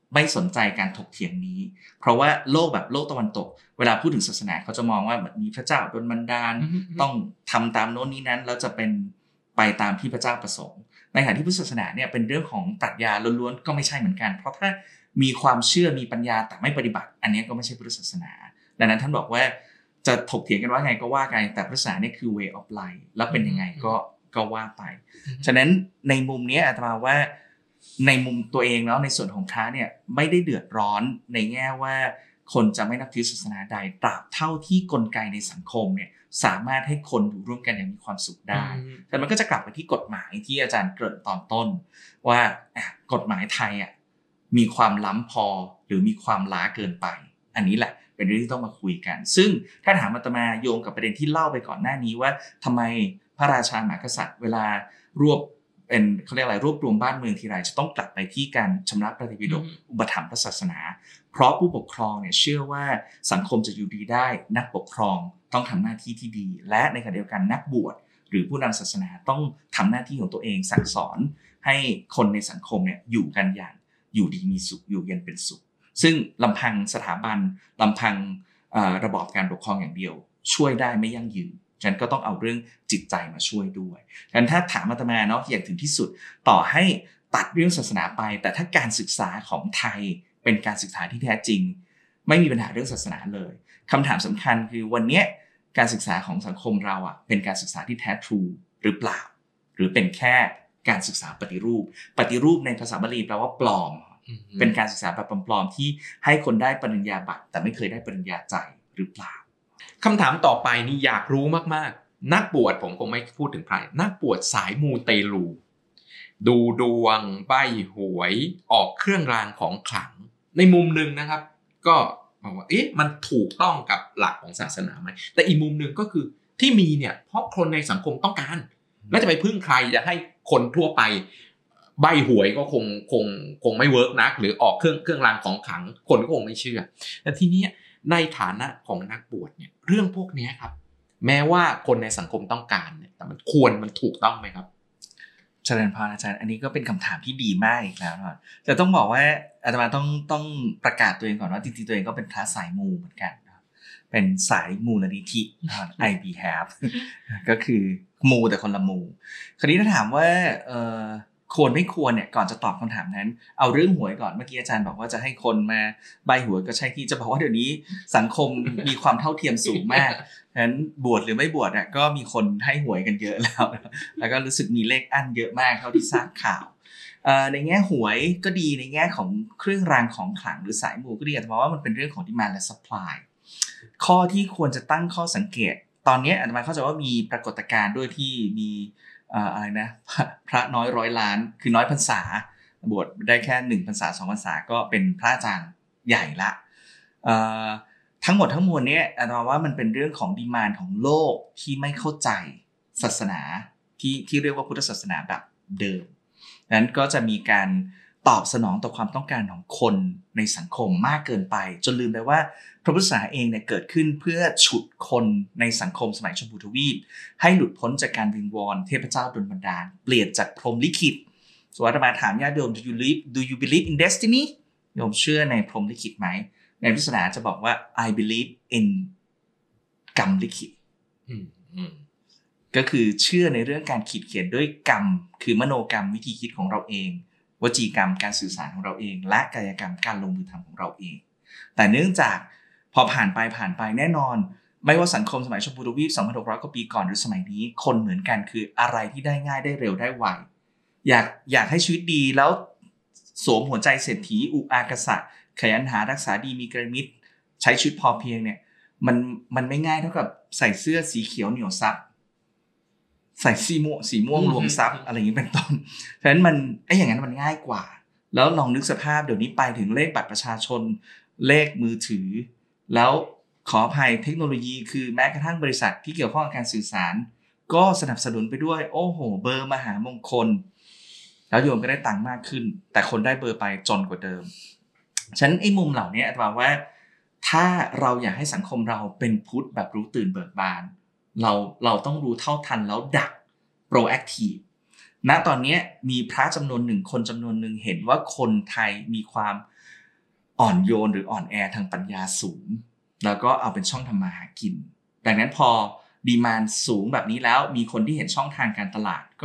ไม่สนใจการถกเถียงนี้เพราะว่าโลกแบบโลกตะวันตกเวลาพูดถึงศาสนาเขาจะมองว่ามีพระเจ้าโดนบันดาลต้องทำตามโน้นนี้นั้นแล้วจะเป็นไปตามที่พระเจ้าประสงค์ในขณะที่พุทธศาสนาเนี่ยเป็นเรื่องของปรัชญาล้วนๆก็ไม่ใช่เหมือนกันเพราะถ้ามีความเชื่อมีปัญญาแต่ไม่ปฏิบัติอันนี้ก็ไม่ใช่พุทธศาสนาดังนั้นท่านบอกว่าจะถกเถียงกันว่าไงก็ว่ากันแต่พุทธศาสนาเนี่ยคือ way of life แล้วเป็นยังไงก็ก็ว่าไปฉะนั้นในมุมนี้อาตมาว่าในมุมตัวเองแล้วในส่วนของพระเนี่ยไม่ได้เดือดร้อนในแง่ว่าคนจะไม่นับถือศาสนาใดตราบเท่าที่กลไกในสังคมเนี่ยสามารถให้คนอยู่ร่วมกันอย่างมีความสุขได้แต่มันก็จะกลับไปที่กฎหมายที่อาจารย์เกริ่นตอนต้นว่ากฎหมายไทยอ่ะมีความล้ำพอหรือมีความล้าเกินไปอันนี้แหละเป็นเรื่องที่ต้องมาคุยกันซึ่งถ้าถามอาตมาโยงกับประเด็นที่เล่าไปก่อนหน้านี้ว่าทำไมพระราชามหากษัตริย์เวลารวบเป็นเขาเรียกอะไรรวบรวมบ้านเมืองทีไรจะต้องกลับไปที่การชำระพระไตรปิฎกอุปถัมภ์พระศาสนาเพราะผู้ปกครองเนี่ยเชื่อว่าสังคมจะอยู่ดีได้นักปกครองต้องทำหน้าที่ที่ดีและในขณะเดียวกันนักบวชหรือผู้นำศาสนาต้องทำหน้าที่ของตัวเองสั่งสอนให้คนในสังคมเนี่ยอยู่กันอย่างอยู่ดีมีสุขอยู่เย็นเป็นสุขซึ่งลำพังสถาบันลำพังระบอบการปกครองอย่างเดียวช่วยได้ไม่ยั่งยืนฉะนั้นก็ต้องเอาเรื่องจิตใจมาช่วยด้วยฉะนั้นถ้าถามอาตมาเนาะอย่างถึงที่สุดต่อให้ตัดเรื่องศาสนาไปแต่ถ้าการศึกษาของไทยเป็นการศึกษาที่แท้จริงไม่มีปัญหาเรื่องศาสนาเลยคำถามสำคัญคือวันนี้การศึกษาของสังคมเราอ่ะเป็นการศึกษาที่แท้ทรูหรือเปล่าหรือเป็นแค่การศึกษาปฏิรูปปฏิรูปในภาษาบาลีแปลว่าปลอมเป็นการศึกษาแบบปลอมๆที่ให้คนได้ปริญญาบัตรแต่ไม่เคยได้ปริญญาใจหรือเปล่าคำถามต่อไปนี่อยากรู้มากๆนักบวชผมคงไม่พูดถึงใครนักบวชสายมูเตลูดูดวงใบ้หวยออกเครื่องรางของขลังในมุมนึงนะครับก็บอกว่าเอ๊ะมันถูกต้องกับหลักของศาสนาไหมแต่อีกมุมนึงก็คือที่มีเนี่ยเพราะคนในสังคมต้องการแล้วจะไปพึ่งใครจะให้คนทั่วไปใบ้หวยก็คงคงคงไม่เวิร์กนักหรือออกเครื่องเครื่องรางของขลังคนก็คงไม่เชื่อแต่ทีนี้ในฐานะของนักบวชเนี่ยเรื่องพวกนี้ครับแม้ว่าคนในสังคมต้องการเนี่ยแต่มันควรมันถูกต้องไหมครับเจริญพรอาจารย์อันนี้ก็เป็นคำถามที่ดีมากอีกแล้วนะแต่ต้องบอกว่าอาตมาต้องต้องประกาศตัวเองก่อนว่าจริงๆตัวเองก็เป็นพระสายมูเหมือนกันเป็นสายมูลนิธิ ไอ บี Have ก็คือมูแต่คนละมูคราวนี้ถ้าถามว่าเอ่อควรไม่ควรเนี่ยก่อนจะตอบคำถามนั้นเอาเรื่องหวยก่อนเมื่อกี้อาจารย์บอกว่าจะให้คนมาใบหวยก็ใช่ที่จะบอกว่าเดี๋ยวนี้สังคมมีความเท่าเทียมสูงมากฉะนั้นบวชหรือไม่บวชอ่ะก็มีคนให้หวยกันเยอะแล้วแล้วก็รู้สึกมีเลขอั้นเยอะมากเท่าที่ทราบข่าวในแง่หวยก็ดีในแง่ของเครื่องรางของขลังหรือสายมูก็ดีอาจจะมองว่ามันเป็นเรื่องของ demand และ supply ข้อที่ควรจะตั้งข้อสังเกตตอนนี้อาจจะเข้าใจว่ามีปรากฏการณ์ด้วยที่มีอะไรนะพระน้อยร้อยล้านคือน้อยพรรษาบวชได้แค่หนึ่งพรรษาสองพรรษาก็เป็นพระอาจารย์ใหญ่ละทั้งหมดทั้งมวลนี้อาจารย์ว่ามันเป็นเรื่องของดีมานด์ของโลกที่ไม่เข้าใจศาสนาที่ที่เรียกว่าพุทธศาสนาแบบเดิมนั้นก็จะมีการตอบสนองต่อความต้องการของคนในสังคมมากเกินไปจนลืมไปว่าพระพุทธศาสนาเองเนี่ยเกิดขึ้นเพื่อฉุดคนในสังคมสมัยชมพูทวีปให้หลุดพ้นจากการวิงวอนเทพเจ้าดลบันดาลเปลี่ยนจากพรหมลิขิตส่วนอาตมาถามญาติโยม do you believe do you believe in destiny โยมเชื่อในพรหมลิขิตไหมในพุทธศาสนาจะบอกว่า I believe in กรรมลิขิตก็คือเชื่อในเรื่องการขีดเขียนด้วยกรรมคือมโนกรรมวิธีคิดของเราเองวจีกรรมการสื่อสารของเราเองและกายกรรมการลงมือทำของเราเองแต่เนื่องจากพอผ่านไปผ่านไปแน่นอนไม่ว่าสังคมสมัยชมพูทวีป สองพันหกร้อย กว่าปีก่อนหรือสมัยนี้คนเหมือนกันคืออะไรที่ได้ง่ายได้เร็วได้ไวอยากอยากให้ชีวิตดีแล้วสวมหัวใจเศรษฐีอุอากษัตริย์ขยันหารักษาดีมีกระมิตรใช้ชีวิตพอเพียงเนี่ยมันมันไม่ง่ายเท่ากับใส่เสื้อสีเขียวเหนียวซับใส่สีม่วงสีม่วงรวมซับอะไรอย่างนี้เป็นต้นเพราะฉะนั้นมันไอ้อย่างนั้นมันง่ายกว่าแล้วลองนึกสภาพเดี๋ยวนี้ไปถึงเลขบัตรประชาชนเลขมือถือแล้วขออภัยเทคโนโลยีคือแม้กระทั่งบริษัทที่เกี่ยวข้องกับการสื่อสารก็สนับสนุนไปด้วยโอ้โหเบอร์มหามงคลแล้วโยมก็ได้ตังค์มากขึ้นแต่คนได้เบอร์ไปจนกว่าเดิมฉะนั้นไอ้มุมเหล่านี้อาจารย์ว่าถ้าเราอยากให้สังคมเราเป็นพุทธแบบรู้ตื่นเบิกบานเราเราต้องรู้เท่าทันแล้วดัก proactive ณตอนนี้มีพระจำนวนหนึ่งคนจำนวนหนึ่งเห็นว่าคนไทยมีความอ่อนโยนหรืออ่อนแอทางปัญญาสูงแล้วก็เอาเป็นช่องทำมาหากินดังนั้นพอดีมานด์สูงแบบนี้แล้วมีคนที่เห็นช่องทางการตลาดก็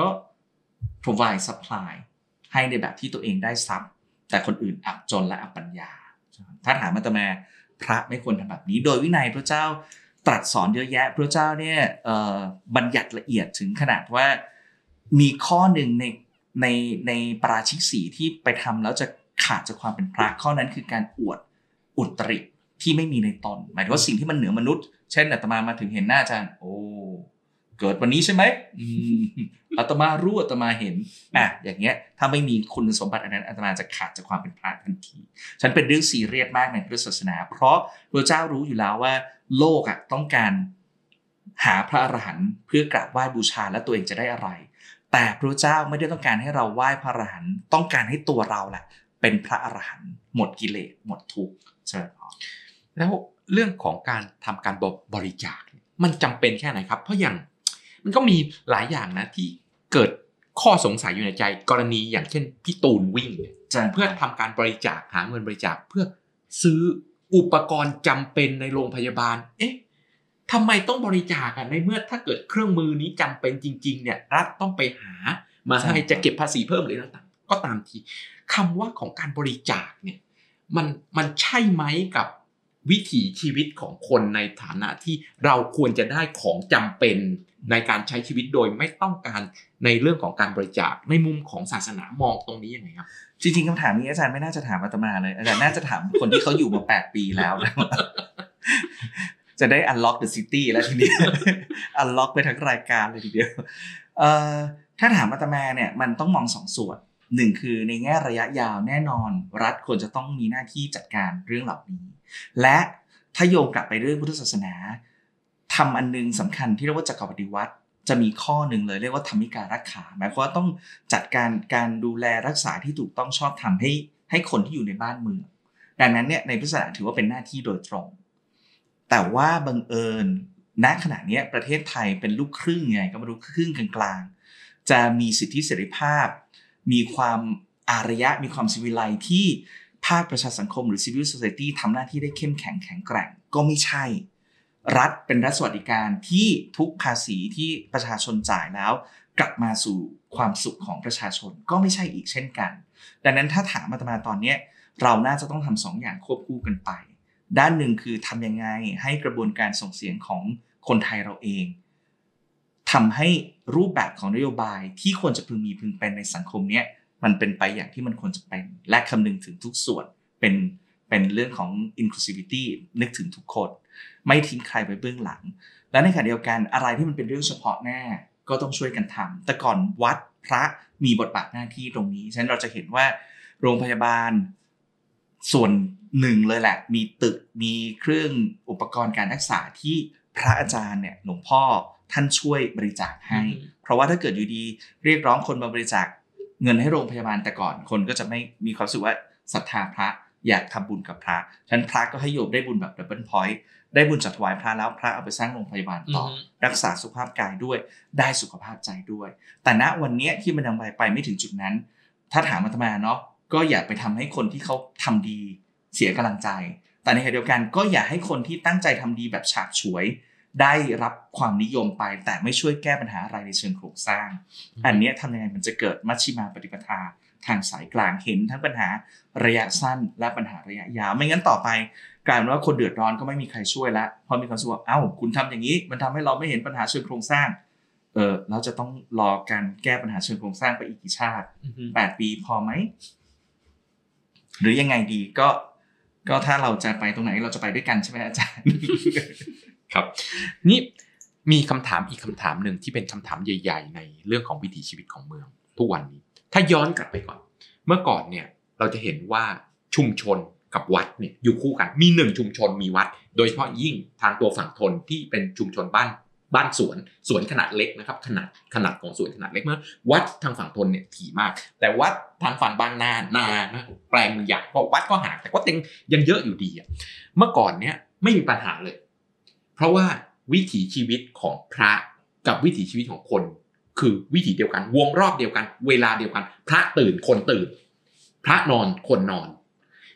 provide supply ให้ในแบบที่ตัวเองได้ทรัพย์แต่คนอื่นอับจนและอับปัญญาถ้าถามอาตมาพระไม่ควรทำแบบนี้โดยวินัยพระเจ้าตรัสสอนเยอะแยะพระเจ้าเนี่ยบัญญัติละเอียดถึงขนาดว่ามีข้อหนึ่งในในในปราชิกสีที่ไปทำแล้วจะขาดจากความเป็นพระข้อนั้นคือการอวดอุตริที่ไม่มีในตนหมายถึงว่าสิ่งที่มันเหนือมนุษย์เช่นอาตมามาถึงเห็นหน้าอาจารย์โอ้เกิดวันนี้ใช่ไหมอาตมารู้อาตมาเห็นอ่ะอย่างเงี้ยถ้าไม่มีคุณสมบัติอันนั้นอาตมาจะขาดจากความเป็นพระทันทีฉันเป็นเรื่องซีเรียสมากในพุทธศาสนาเพราะพระเจ้ารู้อยู่แล้วว่าโลกอ่ะต้องการหาพระอรหันต์เพื่อกราบไหว้บูชาและตัวเองจะได้อะไรแต่พระเจ้าไม่ได้ต้องการให้เราไหว้พระอรหันต์ต้องการให้ตัวเราแหละเป็นพระอรหันต์หมดกิเลสหมดทุกข์ใช่ไหมครับแล้วเรื่องของการทำการบริจาคมันจำเป็นแค่ไหนครับเพราะอย่างมันก็มีหลายอย่างนะที่เกิดข้อสงสัยอยู่ในใจกรณีอย่างเช่นพี่ตูนวิ่งเพื่อทำการบริจาคหาเงินบริจาคเพื่อซื้ออุปกรณ์จำเป็นในโรงพยาบาลเอ๊ะทำไมต้องบริจาคในเมื่อถ้าเกิดเครื่องมือนี้จำเป็นจริงๆเนี่ยรัฐต้องไปหามาให้จะเก็บภาษีเพิ่มหรือต่างๆก็ตามทีคำว่าของการบริจาคเนี่ยมันมันใช่ไหมกับวิถีชีวิตของคนในฐานะที่เราควรจะได้ของจำเป็นในการใช้ชีวิตโดยไม่ต้องการในเรื่องของการบริจาคในมุมของศาสนามองตรงนี้ยังไงครับจริงๆคำถามนี้อาจารย์ไม่น่าจะถามอาตมาเลยอาจารย์น่าจะถามคนที่เขาอยู่มาแปดปีแล้วนะจะได้ unlock the city แล้วทีนี้ unlock ไปทั้งรายการเลยทีเดียวเอ่อถ้าถามอาตมาเนี่ยมันต้องมองสองส่วนหนึ่งคือในแง่ระยะยาวแน่นอนรัฐควรจะต้องมีหน้าที่จัดการเรื่องเหล่านี้และถ้าโยงกลับไปเรื่องพุทธศาสนาทำอันนึงสำคัญที่เรียกว่าจักรวรรดิวัตรจะมีข้อหนึ่งเลยเรียกว่าธรรมิการรักขาหมายความว่าต้องจัดการการดูแลรักษาที่ถูกต้องชอบธรรมให้ให้คนที่อยู่ในบ้านเมืองดังนั้นเนี่ยในพุทธศาสนาถือว่าเป็นหน้าที่โดยตรงแต่ว่าบังเอิญณขณะนี้ประเทศไทยเป็นลูกครึ่งไงก็ไม่รู้ครึ่งกลางๆจะมีสิทธิเสรีภาพมีความอารยะมีความศิวิไลซ์ที่ภาคประชาสังคมหรือ civil society ทำหน้าที่ได้เข้มแข็งแข็งแกร่งก็ไม่ใช่รัฐเป็นรัฐสวัสดิการที่ทุกภาษีที่ประชาชนจ่ายแล้วกลับมาสู่ความสุขของประชาชนก็ไม่ใช่อีกเช่นกันดังนั้นถ้าถามอาตมาตอนนี้เราน่าจะต้องทำสองอย่างควบคู่กันไปด้านหนึ่งคือทำยังไงให้กระบวนการส่งเสียงของคนไทยเราเองทำให้รูปแบบของนโยบายที่ควรจะพึงมีพึงเป็นในสังคมนี้มันเป็นไปอย่างที่มันควรจะเป็นและคำนึงถึงทุกส่วนเป็นเป็นเรื่องของ inclusivity นึกถึงทุกคนไม่ทิ้งใครไว้เบื้องหลังและในขณะเดียวกันอะไรที่มันเป็นเรื่องเฉพาะหน้าก็ต้องช่วยกันทำแต่ก่อนวัดพระมีบทบาทหน้าที่ตรงนี้ฉะนั้นเราจะเห็นว่าโรงพยาบาลส่วนหนึ่งเลยแหละมีตึกมีเครื่องอุปกรณ์การรักษาที่พระอาจารย์เนี่ยหลวงพ่อท่านช่วยบริจาคให้เพราะว่าถ้าเกิดอยู่ดีเรียกร้องคนมาบริจาคเงินให้โรงพยาบาลแต่ก่อนคนก็จะไม่มีความรู้สึกว่าศรัทธาพระอยากทำบุญกับพระฉะนั้นพระก็ให้โยมได้บุญแบบดับเบิลพอยต์ได้บุญจากถวายพระแล้วพระเอาไปสร้างโรงพยาบาลต่อรักษาสุขภาพกายด้วยได้สุขภาพใจด้วยแต่ณวันนี้ที่มันยังไปไปไม่ถึงจุดนั้นถ้าถามอาตมาเนาะก็อย่าไปทำให้คนที่เขาทำดีเสียกำลังใจแต่ในขณะเดียวกันก็อย่าให้คนที่ตั้งใจทำดีแบบฉาบฉวยได้รับความนิยมไปแต่ไม่ช่วยแก้ปัญหาอะไรในเชิงโครงสร้างอันนี้ทำยังไงมันจะเกิดมัชฌิมาปฏิปทาทางสายกลางเห็นทั้งปัญหาระยะสั้นและปัญหาระยะยาวไม่งั้นต่อไปกลายเป็นว่าคนเดือดร้อนก็ไม่มีใครช่วยละเพราะมีความรู้สึกว่าเอ้าคุณทำอย่างนี้มันทำให้เราไม่เห็นปัญหาเชิงโครงสร้างเออเราจะต้องรอการแก้ปัญหาเชิงโครงสร้างไปอีกกี่ชาติแปดปีพอไหมหรือยังไงดีก็ก็ถ้าเราจะไปตรงไหนเราจะไปด้วยกันใช่ไหมอาจารย์ครับนี่มีคำถามอีกคำถามหนึ่งที่เป็นคำถามใหญ่ๆในเรื่องของวิถีชีวิตของเมืองทุกวันนี้ถ้าย้อนกลับไปก่อนเมื่อก่อนเนี่ยเราจะเห็นว่าชุมชนกับวัดเนี่ยอยู่คู่กันมีหนึ่งชุมชนมีวัดโดยเฉพาะยิ่งทางตัวฝั่งทนที่เป็นชุมชนบ้านบ้านสวนสวนขนาดเล็กนะครับขนาดขนาดของสวนขนาดเล็กเมื่อวัดทางฝั่งทนเนี่ยถี่มากแต่วัดทางฝั่งบางนานานะแปลงใหญ่เพราะวัดก็ห่างแต่ก็ยังยังเยอะอยู่ดีอ่ะเมื่อก่อนเนี่ยไม่มีปัญหาเลยเพราะว่าวิถีชีวิตของพระกับวิถีชีวิตของคนคือวิถีเดียวกันวงรอบเดียวกันเวลาเดียวกันพระตื่นคนตื่นพระนอนคนนอนเพ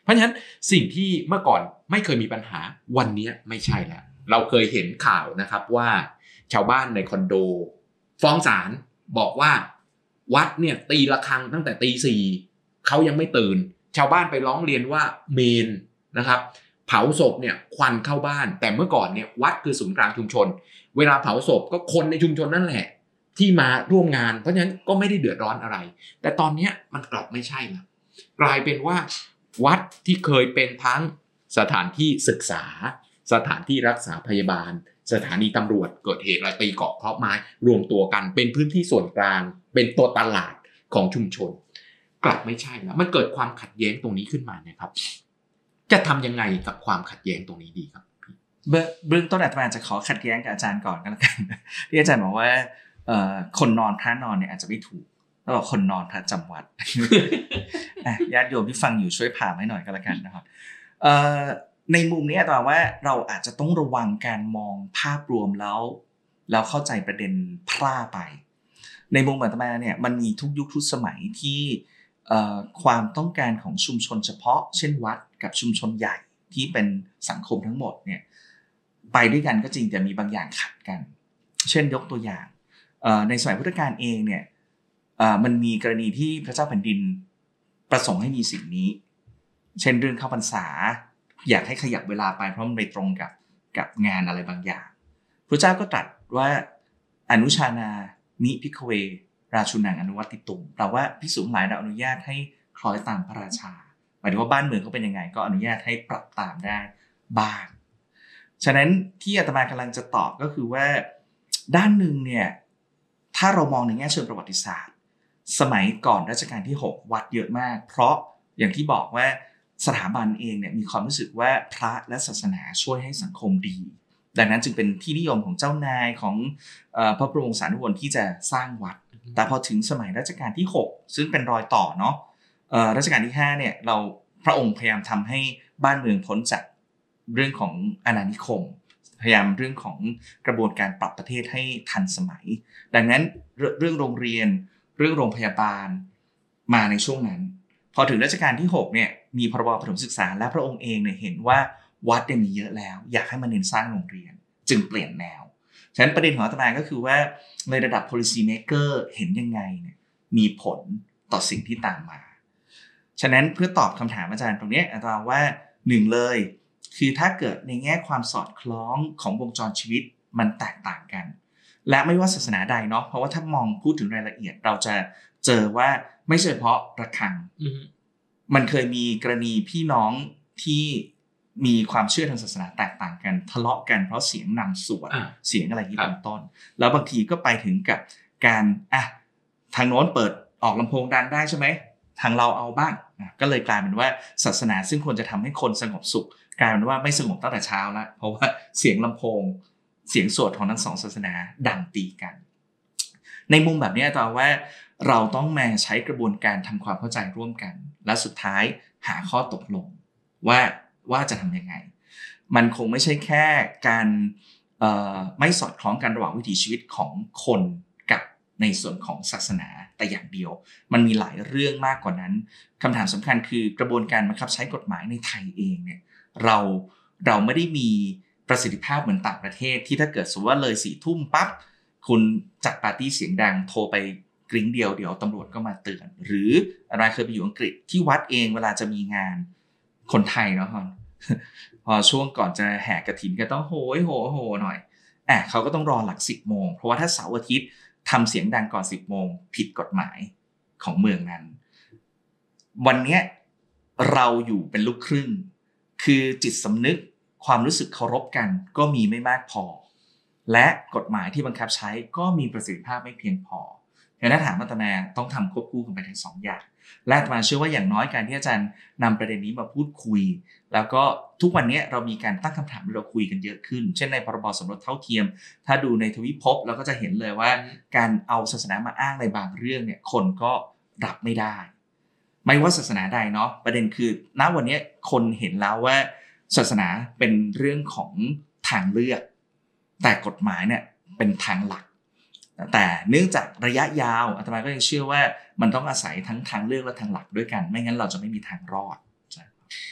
ราะฉะนั้นสิ่งที่เมื่อก่อนไม่เคยมีปัญหาวันนี้ไม่ใช่แล้วเราเคยเห็นข่าวนะครับว่าชาวบ้านในคอนโดฟ้องศาลบอกว่าวัดเนี่ยตีระฆังตั้งแต่ตีสี่เขายังไม่ตื่นชาวบ้านไปร้องเรียนว่าเมนนะครับเผาศพเนี่ยควันเข้าบ้านแต่เมื่อก่อนเนี่ยวัดคือศูนย์กลางชุมชนเวลาเผาศพก็คนในชุมชนนั่นแหละที่มาร่วมงานเพราะฉะนั้นก็ไม่ได้เดือดร้อนอะไรแต่ตอนนี้มันกลับไม่ใช่แล้วกลายเป็นว่าวัดที่เคยเป็นทั้งสถานที่ศึกษาสถานที่รักษาพยาบาลสถานีตำรวจเกิดเหตุอะไรตีเกาะเพราะไม้รวมตัวกันเป็นพื้นที่ส่วนกลางเป็นตัวตลาดของชุมชนกลับไม่ใช่แล้วมันเกิดความขัดแย้งตรงนี้ขึ้นมานะครับจะทำยังไงกับความขัดแย้งตรงนี้ดีครับเบื้องต้นอาตมาจะขอขัดแย้งกับอาจารย์ก่อนก็แล้วกันที่อาจารย์บอกว่าคนนอนพระนอนเนี่ยอาจจะไม่ถูกแล้วบอกคนนอนพระจำวัดญาติโยมที่ฟังอยู่ช่วยผ่าให้หน่อยก็แล้วกันนะครับในมุมนี้อาตมาว่าเราอาจจะต้องระวังการมองภาพรวมแล้วแล้วเข้าใจประเด็นพร่าไปในมุมอาตมาเนี่ยมันมีทุกยุคทุกสมัยที่ความต้องการของชุมชนเฉพาะเช่นวัดกับชุมชนใหญ่ที่เป็นสังคมทั้งหมดเนี่ยไปด้วยกันก็จริงแต่มีบางอย่างขัดกันเช่นยกตัวอย่างในสมัยพุทธกาลเองเนี่ยมันมีกรณีที่พระเจ้าแผ่นดินประสงค์ให้มีสิ่งนี้เช่นเรื่องเข้าพรรษาอยากให้ขยับเวลาไปเพราะมันไปตรงกับกับงานอะไรบางอย่างพระเจ้าก็ตรัสว่าอนุชานามิภิกขเวราชุนังอนุวัติตุงแปลว่าภิกษุหลายเราอนุญาตให้คล้อยตามพระราชาหมายถึงว่าบ้านเมืองเขาเป็นยังไงก็อนุญาตให้ปรับตามได้บ้างฉะนั้นที่อาตมากำลังจะตอบก็คือว่าด้านหนึ่งเนี่ยถ้าเรามองในแง่เชิงประวัติศาสตร์สมัยก่อนรัชกาลที่หกวัดเยอะมากเพราะอย่างที่บอกว่าสถาบันเองเนี่ยมีความรู้สึกว่าพระและศาสนาช่วยให้สังคมดีดังนั้นจึงเป็นที่นิยมของเจ้านายของเอ่อพระบรมสารีวงศ์ที่จะสร้างวัดแต่พอถึงสมัยรัชกาลที่หกซึ่งเป็นรอยต่อเนาะเอ่อรัชกาลที่ห้าเนี่ยเราพระองค์พยายามทำให้บ้านเมืองพ้นจากเรื่องของอาณานิคมพยายามเรื่องของกระบวนการปรับประเทศให้ทันสมัยดังนั้นเรื่องโรงเรียนเรื่องโรงพยาบาลมาในช่วงนั้นพอถึงรัชกาลที่หกเนี่ยมีพรบประถมศึกษาและพระองค์เองเนี่ยเห็นว่าวัดเนี่ยมีเยอะแล้วอยากให้มันเน้นสร้างโรงเรียนจึงเปลี่ยนแนวฉะนั้นประเด็นของอาตมาก็คือว่าในระดับ policy maker เห็นยังไงเนี่ยมีผลต่อสิ่งที่ตามมาฉะนั้นเพื่อตอบคำถามอาจารย์ตรงนี้อาตมาว่าหนึ่งเลยคือถ้าเกิดในแง่ความสอดคล้องของวงจรชีวิตมันแตกต่างกันและไม่ว่าศาสนาใดเนาะเพราะว่าถ้ามองพูดถึงรายละเอียดเราจะเจอว่าไม่ใช่เฉพาะระฆัง mm-hmm. มันเคยมีกรณีพี่น้องที่มีความเชื่อทางศาสนาแตกต่างกันทะเลาะกันเพราะเสียงนำสวด uh, เสียงอะไรที่เป็นต้นแล้วบางทีก็ไปถึงกับการอ่ะทางโน้นเปิดออกลำโพงดังได้ใช่ไหมทางเราเอาบ้างก็เลยกลายเป็นว่าศาสนาซึ่งควรจะทำให้คนสงบสุขกลายเป็นว่าไม่สงบตั้งแต่เช้าแล้วเพราะว่าเสียงลำโพงเสียงสวดของทั้งสองศาสนาดังตีกันในมุมแบบนี้ต่อว่าเราต้องมาใช้กระบวนการทำความเข้าใจร่วมกันและสุดท้ายหาข้อตกลงว่าว่าจะทำยังไงมันคงไม่ใช่แค่การไม่สอดคล้องกันระหว่างวิถีชีวิตของคนกับในส่วนของศาสนาแต่อย่างเดียวมันมีหลายเรื่องมากกว่านั้นคำถามสำคัญคือกระบวนการบังคับใช้กฎหมายในไทยเองเนี่ยเราเราไม่ได้มีประสิทธิภาพเหมือนต่างประเทศที่ถ้าเกิดสมมติว่าเลยสี่ทุ่มปั๊บคุณจัดปาร์ตี้เสียงดังโทรไปกริ้งเดียวเดี๋ยวตำรวจก็มาเตือนหรืออะไรเคยไปอยู่อังกฤษที่วัดเองเวลาจะมีงานคนไทยเนาะพอช่วงก่อนจะแห่กฐินก็ต้องโหยโหโหหน่อยอ่ะเขาก็ต้องรอหลังสิบโมงเพราะว่าถ้าเสาร์อาทิตย์ทำเสียงดังก่อนสิบโมงผิดกฎหมายของเมืองนั้นวันนี้เราอยู่เป็นลูกครึ่งคือจิตสำนึกความรู้สึกเคารพกันก็มีไม่มากพอและกฎหมายที่บังคับใช้ก็มีประสิทธิภาพไม่เพียงพอฉะนั้นถามอาตมาต้องทำควบคู่กันไปทั้งสองอย่างและอาตมาเชื่อว่าอย่างน้อยการที่อาจารย์นำประเด็นนี้มาพูดคุยแล้วก็ทุกวันนี้เรามีการตั้งคำถามเราคุยกันเยอะขึ้นเช่นในพรบสมรสเท่าเทียมถ้าดูในทวิภพเราก็จะเห็นเลยว่าการเอาศาสนามาอ้างในบางเรื่องเนี่ยคนก็รับไม่ได้ไม่ว่าศาสนาใดเนาะประเด็นคือณวันนี้คนเห็นแล้วว่าศาสนาเป็นเรื่องของทางเลือกแต่กฎหมายเนี่ยเป็นทางหลักแต่เนื่องจากระยะยาวอาตมาก็ยังเชื่อว่ามันต้องอาศัยทั้งทางเลือกและทางหลักด้วยกันไม่งั้นเราจะไม่มีทางรอด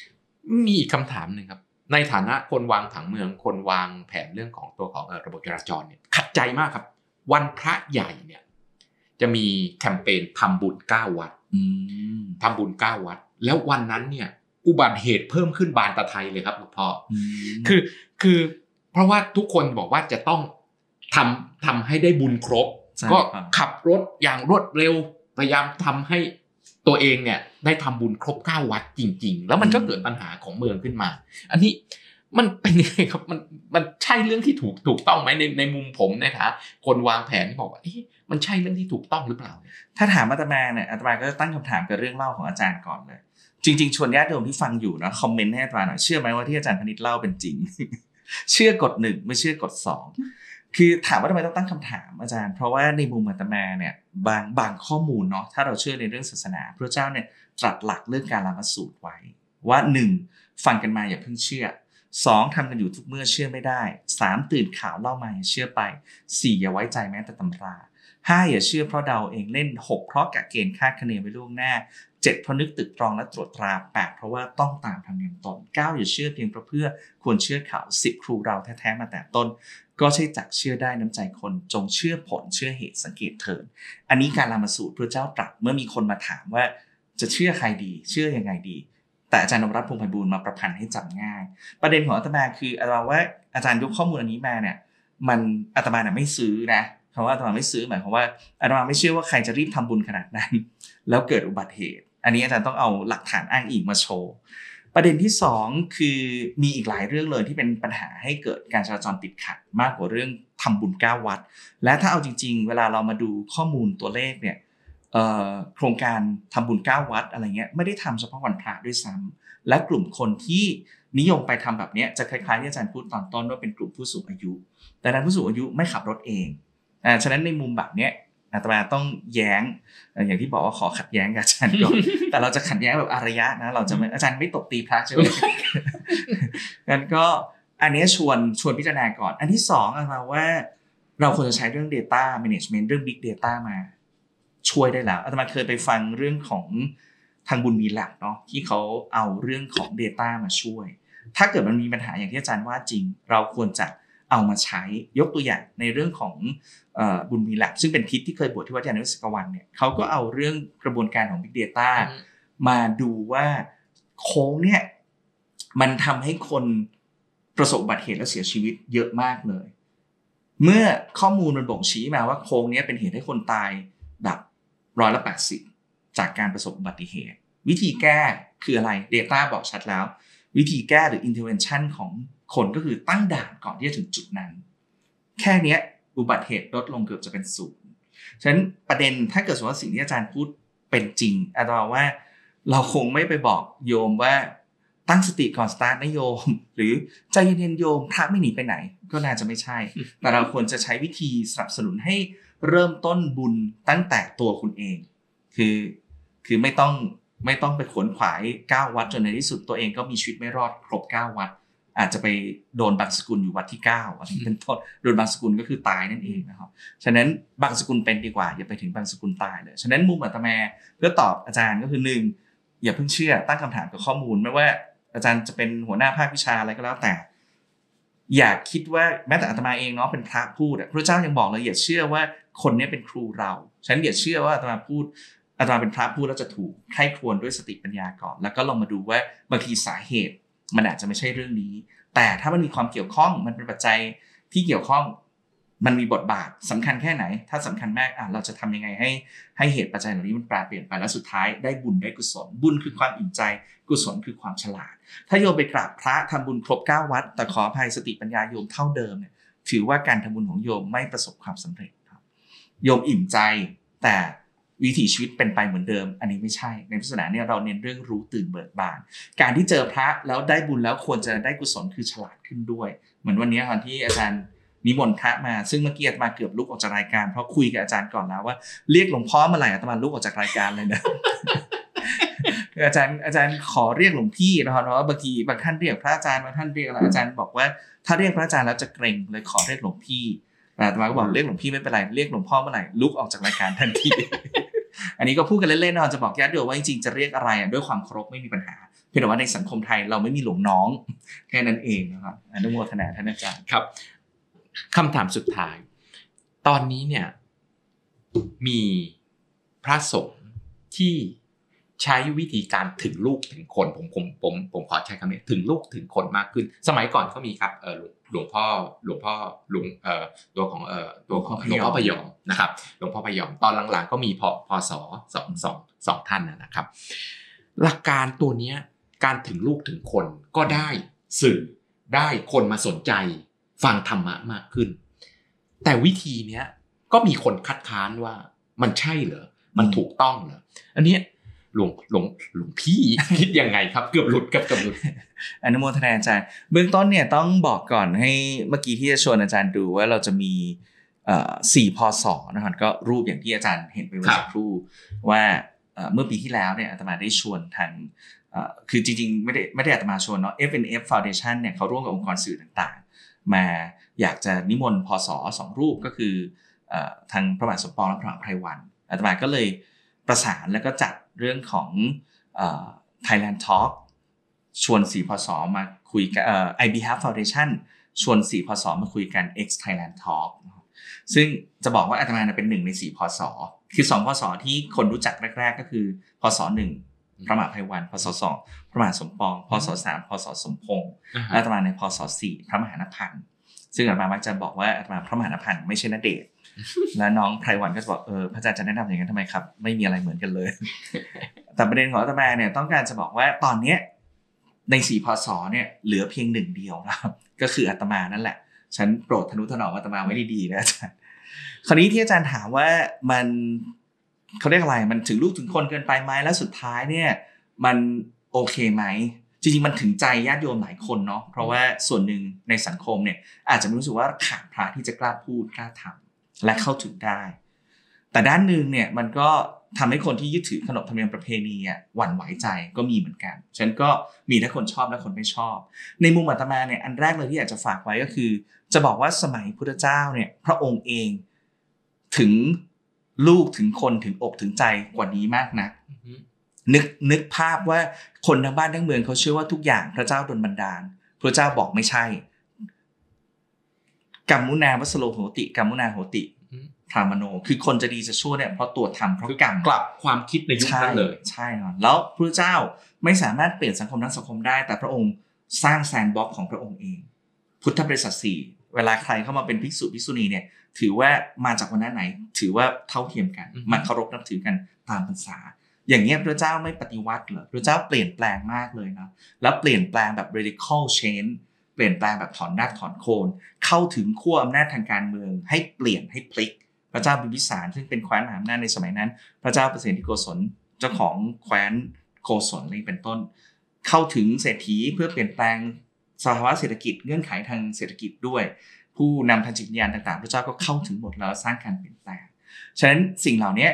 มีอีกคำถามหนึ่งครับในฐานะคนวางผังเมืองคนวางแผนเรื่องของตัวของระบบจราจรเนี่ยขัดใจมากครับวันพระใหญ่เนี่ยจะมีแคมเปญทำบุญเก้าวัดทำบุญเก้าวัดแล้ววันนั้นเนี่ยอุบัติเหตุเพิ่มขึ้นบานตะไทยเลยครับหลวงพ่อคือคือเพราะว่าทุกคนบอกว่าจะต้องทำทำให้ได้บุญครบก็ขับรถอย่างรวดเร็วพยายามทำให้ตัวเองเนี่ยได้ทำบุญครบเก้าวัดจริงๆแล้วมันก็เกิดปัญหาของเมืองขึ้นมาอันนี้มันเป็นยังไงครับมันมันใช่เรื่องที่ถูกถูกต้องไหมในในมุมผมนะคะคนวางแผนที่บอกว่ามันใช่เรื่องที่ถูกต้องหรือเปล่าถ้าถามอาตมาเนี่ยอาตมาก็จะตั้งคำถามกับเรื่องเล่าของอาจารย์ก่อนเลยจริงๆชวนญาติโยมที่ฟังอยู่นะคอมเมนต์ให้อาตมาหน่อยเชื่อไหมว่าที่อาจารย์พนิษฐ์เล่าเป็นจริง เชื่อกฎหนึ่งไม่เชื่อกฎสองคือถามว่าทำไมต้องตั้งคำถามอาจารย์เพราะว่าในมุมอาตมาเนี่ยบางบางข้อมูลเนาะถ้าเราเชื่อในเรื่องศาสนาพระเจ้าเนี่ยตรัสหลักเรื่องการละมัสูตรไว้ว่าหนึ่งฟังกันมาอย่าเพิ่งเชื่อสองทำกันอยู่ทุกเมื่อเชื่อไม่ได้สามตื่นข่าวเล่ามาอย่าเชื่อไปสี่อย่าไว้ใจแม้แต่ตำราห้าอย่าเชื่อเพราะเดาเองเล่นหกเพราะกะเกณฑ์คาดคะเนไว้ล่วงหน้าเจ็ดเพราะนึกตึกตรองและตรวจตราแปดเพราะว่าต้องตามธรรมเนียมตนเก้าอย่าเชื่อเพียงเพราะเพื่อควรเชื่อเขาสิบครูเราแท้ๆมาแต่ต้นก็ใช่จักเชื่อได้น้ำใจคนจงเชื่อผลเชื่อเหตุสังเกตเถิดอันนี้การละมัสูตรพระเจ้าตรัสเมื่อมีคนมาถามว่าจะเชื่อใครดีเชื่อยังไงดีแต่อาจารย์นพรัตน์พงษ์ไพบูลย์มาประพันธ์ให้จำง่ายประเด็นของอาตมาคืออาตมาว่าอาจารย์ยกข้อมูลอันนี้มาเนี่ยมันอาตมาเนี่ยไม่ซื้อนะคำว่าอาตมาไม่ซื้อหมายความว่าอาตมาไม่เชื่อว่าใครจะรีบทำบุญขนาดนั้นแล้วเกิดอุบัติเหตุอันนี้อาจารย์ต้องเอาหลักฐานอ้างอิงมาโชว์ประเด็นที่สองคือมีอีกหลายเรื่องเลยที่เป็นปัญหาให้เกิดการจราจรติดขัดมากกว่าเรื่องทำบุญเก้าวัดและถ้าเอาจริงๆเวลาเรามาดูข้อมูลตัวเลขเนี่ยโครงการทำบุญเก้าวัดอะไรเงี้ยไม่ได้ทำเฉพาะวันพระด้วยซ้ำและกลุ่มคนที่นิยมไปทำแบบนี้จะคล้ายๆที่อาจารย์พูดตอนต้นว่าเป็นกลุ่มผู้สูงอายุแต่นั้นผู้สูงอายุไม่ขับรถเองอ่าฉะนั้นในมุมแบบเนี้ยอาตมาต้องแย้งอย่างที่บอกว่าขอขัดแย้งกับอาจารย์ก่อน แต่เราจะขัดแย้งแบบอารยะนะเราจะไม่อาจารย์ไม่ตบตีพระใช่ไหม งั้นก็อันนี้ชวนชวนพิจารณาก่อนอันที่สองอาตมาว่าเราควรจะใช้เรื่อง data management เรื่อง big data มาช่วยได้แล้วอาตมาเคยไปฟังเรื่องของทางบุญมีแลบเนาะที่เขาเอาเรื่องของ data มาช่วยถ้าเกิดมันมีปัญหาอย่างที่อาจารย์ว่าจริงเราควรจะเอามาใช้ยกตัวอย่างในเรื่องของเอ่อบุญมีแลบซึ่งเป็นทิศที่เคยบวชที่วัดยานวิศกวันเนี่ยเขาก็เอาเรื่องกระบวนการของ big data มาดูว่าโค้งเนี่ยมันทำให้คนประสบอุบัติเหตุและเสียชีวิตเยอะมากเลยเมื่อข้อมูลมันบ่งชี้มาว่าโค้งนี้เป็นเหตุให้คนตายแบบร้อยละแปดสิบจากการประสบอุบัติเหตุวิธีแก้คืออะไร data บอกชัดแล้ววิธีแก้หรือ intervention ของคนก็คือตั้งด่านก่อนที่จะถึงจุดนั้นแค่นี้อุบัติเหตุลดลงเกือบจะเป็นศูนย์ฉะนั้นประเด็นถ้าเกิดสมมติว่าสิ่งที่อาจารย์พูดเป็นจริงอาจารย์ว่าเราคงไม่ไปบอกโยมว่าตั้งสติก่อนสตาร์ทนะโยมหรือใจเย็นๆโยมพระไม่หนีไปไหนก็น่าจะไม่ใช่แต่เราควรจะใช้วิธีสนับสนุนให้เริ่มต้นบุญตั้งแต่ตัวคุณเองคือคือไม่ต้องไม่ต้องไปขวนขวายเก้าวัดจนในที่สุดตัวเองก็มีชีวิตไม่รอดครบเก้าวัดอาจจะไปโดนบางสกุลอยู่วัดที่เก้าอะไรเป็นต้นโดนบางสกุลก็คือตายนั่นเองนะครับฉะนั้นบางสกุลเป็นดีกว่าอย่าไปถึงบางสกุลตายเลยฉะนั้นมุมอาตมาเพื่อตอบอาจารย์ก็คือหนึ่งอย่าเพิ่งเชื่อตั้งคำถามกับข้อมูลไม่ว่าอาจารย์จะเป็นหัวหน้าภาควิชาอะไรก็แล้วแต่อย่าคิดว่าแม้แต่อาตมาเองเนาะเป็นพระพูดพระเจ้ายังบอกเลยอย่าเชื่อว่าคนนี้เป็นครูเราฉะนั้นอย่าเชื่อว่าอาตมาพูดอาตมาเป็นพระพูดแล้วจะถูกใคร่ครวญด้วยสติปัญญาก่อนแล้วก็ลองมาดูว่าบางทีสาเหตุมันอาจจะไม่ใช่เรื่องนี้แต่ถ้ามันมีความเกี่ยวข้องมันเป็นปัจจัยที่เกี่ยวข้องมันมีบทบาทสำคัญแค่ไหนถ้าสำคัญมากอ่ะเราจะทำยังไงให้ให้เหตุปัจจัยเหล่านี้มันแปรเปลี่ยนไปแล้วสุดท้ายได้บุญได้กุศลบุญคือความอิ่มใจกุศลคือความฉลาดถ้าโยมไปกราบพระทำบุญครบเก้าวัดแต่ขออภัยสติปัญญาโยมเท่าเดิมเนี่ยถือว่าการทำบุญของโยมไม่ประสบความสำเร็จครับโยมอิ่มใจแต่วิถีชีวิตเป็นไปเหมือนเดิมอันนี้ไม่ใช่ในพุทธศาสนาเนี่ยเราเน้นเรื่องรู้ตื่นเบิกบานการที่เจอพระแล้วได้บุญแล้วควรจะได้กุศลคือฉลาดขึ้นด้วยเหมือนวันนี้ตอนที่อาจารย์นิมนต์พระมาซึ่งเมื่อกี้อาตมาเกือบลุกออกจากรายการเพราะคุยกับอาจารย์ก่อนแล้วว่าเรียกหลวงพ่อเมื่อไหร่อาตมาลุกออกจากรายการเลยนะ อาจารย์อาจารย์ขอเรียกหลวงพี่นะครับเพราะว่าบางทีบางท่านเรียกพระอาจารย์บางท่านเรียกอะไรอาจารย์บอกว่าถ้าเรียกพระอาจารย์แล้วจะเกรงเลยขอเรียกหลวงพี่อาตมาก็บอกเรียกหลวงพี่ไม่เป็นไรเรียกหลวงพ่อเมื่อไหร่ลุกออกจากรายการทันทีอันนี้ก็พูดกันเล่นๆนะจะบอกญาติโยมว่าจริงๆจะเรียกอะไรด้วยความเคารพไม่มีปัญหาเพียงแต่ว่าในสังคมไทยเราไม่มีหลวงน้องแค่นั้นเองนะครับอนุโมทนาท่านอาจารย์ครับคำถามสุดท้ายตอนนี้เนี่ยมีพระสงฆ์ที่ใช้วิธีการถึงลูกถึงคนผมผมผมผมขอใช้คำนี้ถึงลูกถึงคนมากขึ้นสมัยก่อนก็มีครับเออหลวงพ่อหลวงพ่อหลวงเอ่อตัวของเอ่อตัวของหลวงพ่อพยอมนะครับหลวงพ่อพยอมตอนหลังๆก็มีพอพศสองสองสองท่านนะครับหลักการตัวเนี้ยการถึงลูกถึงคนก็ได้สื่อได้คนมาสนใจฟังธรรมะมากขึ้นแต่วิธีเนี้ยก็มีคนคัดค้านว่ามันใช่เหรอมันถูกต้องเหรออันนี้หลวงหลวงหลวงพี่คิดยังไงครับเกือบหลุดเกือบเกือบหลุดอนุโมทนาอาจารย์เบื้องต้นเนี่ยต้องบอกก่อนให้เมื่อกี้ที่จะชวนอาจารย์ดูว่าเราจะมีเอ่อสี่พศนะครับก็รูปอย่างที่อาจารย์เห็นไปเมื่อสักครู่ว่าเมื่อปีที่แล้วเนี่ยอาตมาได้ชวนทางคือจริงๆไม่ได้ไม่ได้อาตมาชวนเนาะ เอฟ เอ็น เอฟ Foundation เนี่ยเขาร่วมกับองค์กรสื่อต่างๆมาอยากจะนิมนต์พศสองรูปก็คือทางพระมหาสมปองและพระมหาไพรวันอาตมาก็เลยประสานแล้วก็จัดเรื่องของเอ่อ Thailand Talk ชวนสี่พศมาคุยกันเอ่อ I Behalf Foundation ชวนสี่พศมาคุยกัน X Thailand Talk ซึ่งจะบอกว่าอาตมาเป็นหนึ่งในสี่พศคือสองพศที่คนรู้จักแรกๆก็คือพศหนึ่งพระมหาไพรวันพศสองพระมหาสมปองพศสามพศสมพงษ์อาตมาในพศสี่พระมหานพันธ์ซึ่งอาตมามักจะบอกว่าอาตมาพระมหานพันธ์ไม่ใช่ณเดชน์แล้วน้องไพรวันก็จะบอกเออพระอาจารย์จะแนะนำอย่างนั้นทำไมครับไม่มีอะไรเหมือนกันเลยแต่ประเด็นของอาตมาเนี่ยต้องการจะบอกว่าตอนนี้ในสี่พศเนี่ยเหลือเพียงหนึ่งเดียวนะครับก็คืออาตมานั่นแหละฉันโปรดทนุถนอมอาตมาไว้ดีๆนะอาจารย์คราวนี้ที่อาจารย์ถามว่ามันเขาเรียกอะไรมันถึงลูกถึงคนเกินไปไหมแล้วสุดท้ายเนี่ยมันโอเคไหมจริงๆมันถึงใจญาติโยมหลายคนเนาะเพราะว่าส่วนหนึ่งในสังคมเนี่ยอาจจะไม่รู้สึกว่าขาดพระที่จะกล้าพูดกล้าทำและเข้าถึงได้แต่ด้านหนึ่งเนี่ยมันก็ทำให้คนที่ยึดถือขนบธรรมเนียมประเพณีอ่ะหวั่นไหวใจก็มีเหมือนกันฉะนั้นก็มีทั้งคนชอบและคนไม่ชอบในมุมอาตมาเนี่ยอันแรกเลยที่อยากจะฝากไว้ก็คือจะบอกว่าสมัยพุทธเจ้าเนี่ยพระองค์เองถึงลูกถึงคนถึงอกถึงใจกว่านี้มากนักนึกนึกภาพว่าคนทั้งบ้านทั้งเมืองเขาเชื่อว่าทุกอย่างพระเจ้าดลบันดาลพระเจ้าบอกไม่ใช่กัมมุนาวัสโลโหติกัมมุนาโหติพรามโนคือคนจะดีจะชั่วเนี่ยเพราะตัวทำเพราะกรรมกลับความคิดในยุคนั้นเลยใช่ครับแล้วพระเจ้าไม่สามารถเปลี่ยนสังคมทั้งสังคมได้แต่พระองค์สร้างแซนด์บ็อกซ์ของพระองค์เองพุทธบริษัทสี่เวลาใครเข้ามาเป็นภิกษุภิกษุณีเนี่ยถือว่ามาจากวันไหนถือว่าเท่าเทียมกันมันเคารพนับถือกันตามภาษาอย่างเงี้ยพระเจ้าไม่ปฏิวัติเหรอพระเจ้าเปลี่ยนแปลงมากเลยนะแล้วเปลี่ยนแปลงแบบ radical change เปลี่ยนแปลงแบบถอนรากถอนโคนเข้าถึงขั้วอำนาจทางการเมืองให้เปลี่ยนให้พลิกพระเจ้าบิมพิสารซึ่งเป็นแคว้นมหาอำนาจในสมัยนั้นพระเจ้าเปรตที่โกศลเจ้าของแคว้นโกศลนี่เป็นต้นเข้าถึงเศรษฐีเพื่อเปลี่ยนแปลงสภาวะเศรษฐกิจเงื่อนไขทางเศรษฐกิจด้วยผู้นำทางจิตวิญญาณต่างๆพระเจ้าก็เข้าถึงหมดแล้วสร้างการเปลี่ยนแปลงฉะนั้นสิ่งเหล่านี้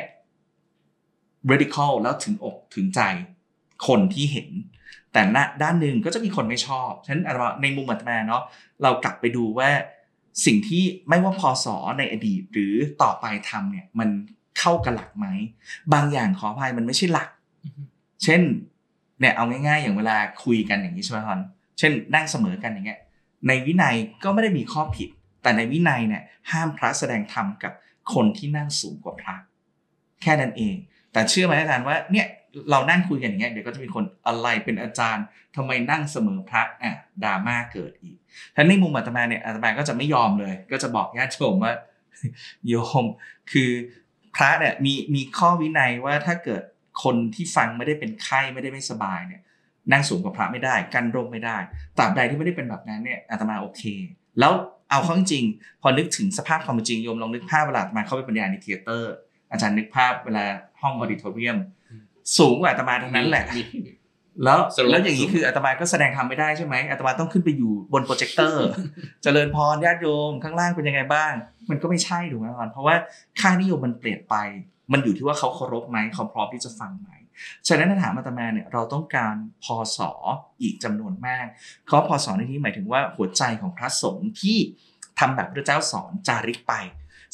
radical แล้วถึงอกถึงใจคนที่เห็นแต่ด้านหนึ่งก็จะมีคนไม่ชอบฉะนั้นในมุมอาตมาเนาะเรากลับไปดูว่าสิ่งที่ไม่ว่าพศในอดีตหรือต่อไปทำเนี่ยมันเข้ากับหลักไหมบางอย่างขออภัยมันไม่ใช่หลัก เช่นเนี่ยเอาง่ายๆอย่างเวลาคุยกันอย่างนี้ใช่ไหมครับเช่นนั่งเสมอกันอย่างเงี้ยในวินัยก็ไม่ได้มีข้อผิดแต่ในวินัยเนี่ยห้ามพระแสดงธรรมกับคนที่นั่งสูงกว่าพระแค่นั้นเองแต่เชื่อไหมอาจารย์ว่าเนี่ยเรานั่งคุยกันอย่างเงี้ยเดี๋ยวก็จะมีคนอะไรเป็นอาจารย์ทำไมนั่งเสมอพระอ่ะดราม่าเกิดอีกท่านในมุมอาตมาเนี่ยอาตมาก็จะไม่ยอมเลยก็จะบอกญาติโยมว่าโยมคือพระเนี่ยมีมีข้อวินัยว่าถ้าเกิดคนที่ฟังไม่ได้เป็นไข้ไม่ได้ไม่สบายเนี่ยนั่งสูงกว่าพระไม่ได้กันโรคไม่ได้ตราบใดที่ไม่ได้เป็นแบบนั้นเนี่ยอาตมาโอเคแล้วเอาเข้าจริงพอนึกถึงสภาพความเป็นจริงโยมลองนึกภาพเวลาอาตมาเข้าไปบรรยายในเธียเตอร์อาจารย์นึกภาพเวลาห้องออดิโทเรียมสูงกว่าอาตมาทั้งนั้นแหละแล้วแล้วอย่างนี้คืออาตมาก็แสดงธรรมไม่ได้ใช่ไหมอาตมาต้องขึ้นไปอยู่บนโปรเจคเตอร์เจริญพรญาติโยมข้างล่างเป็นยังไงบ้างมันก็ไม่ใช่ถูกไหมครับเพราะว่าค่านิยมมันเปลี่ยนไปมันอยู่ที่ว่าเขาเคารพไหมเขาพร้อมที่จะฟังไหมฉะนั้นถ้าถามอาตมาเนี่ยเราต้องการพศอีกจำนวนมากเพราะพศในที่หมายถึงว่าหัวใจของพระสงฆ์ที่ทำแบบพระเจ้าสอนจาริกไป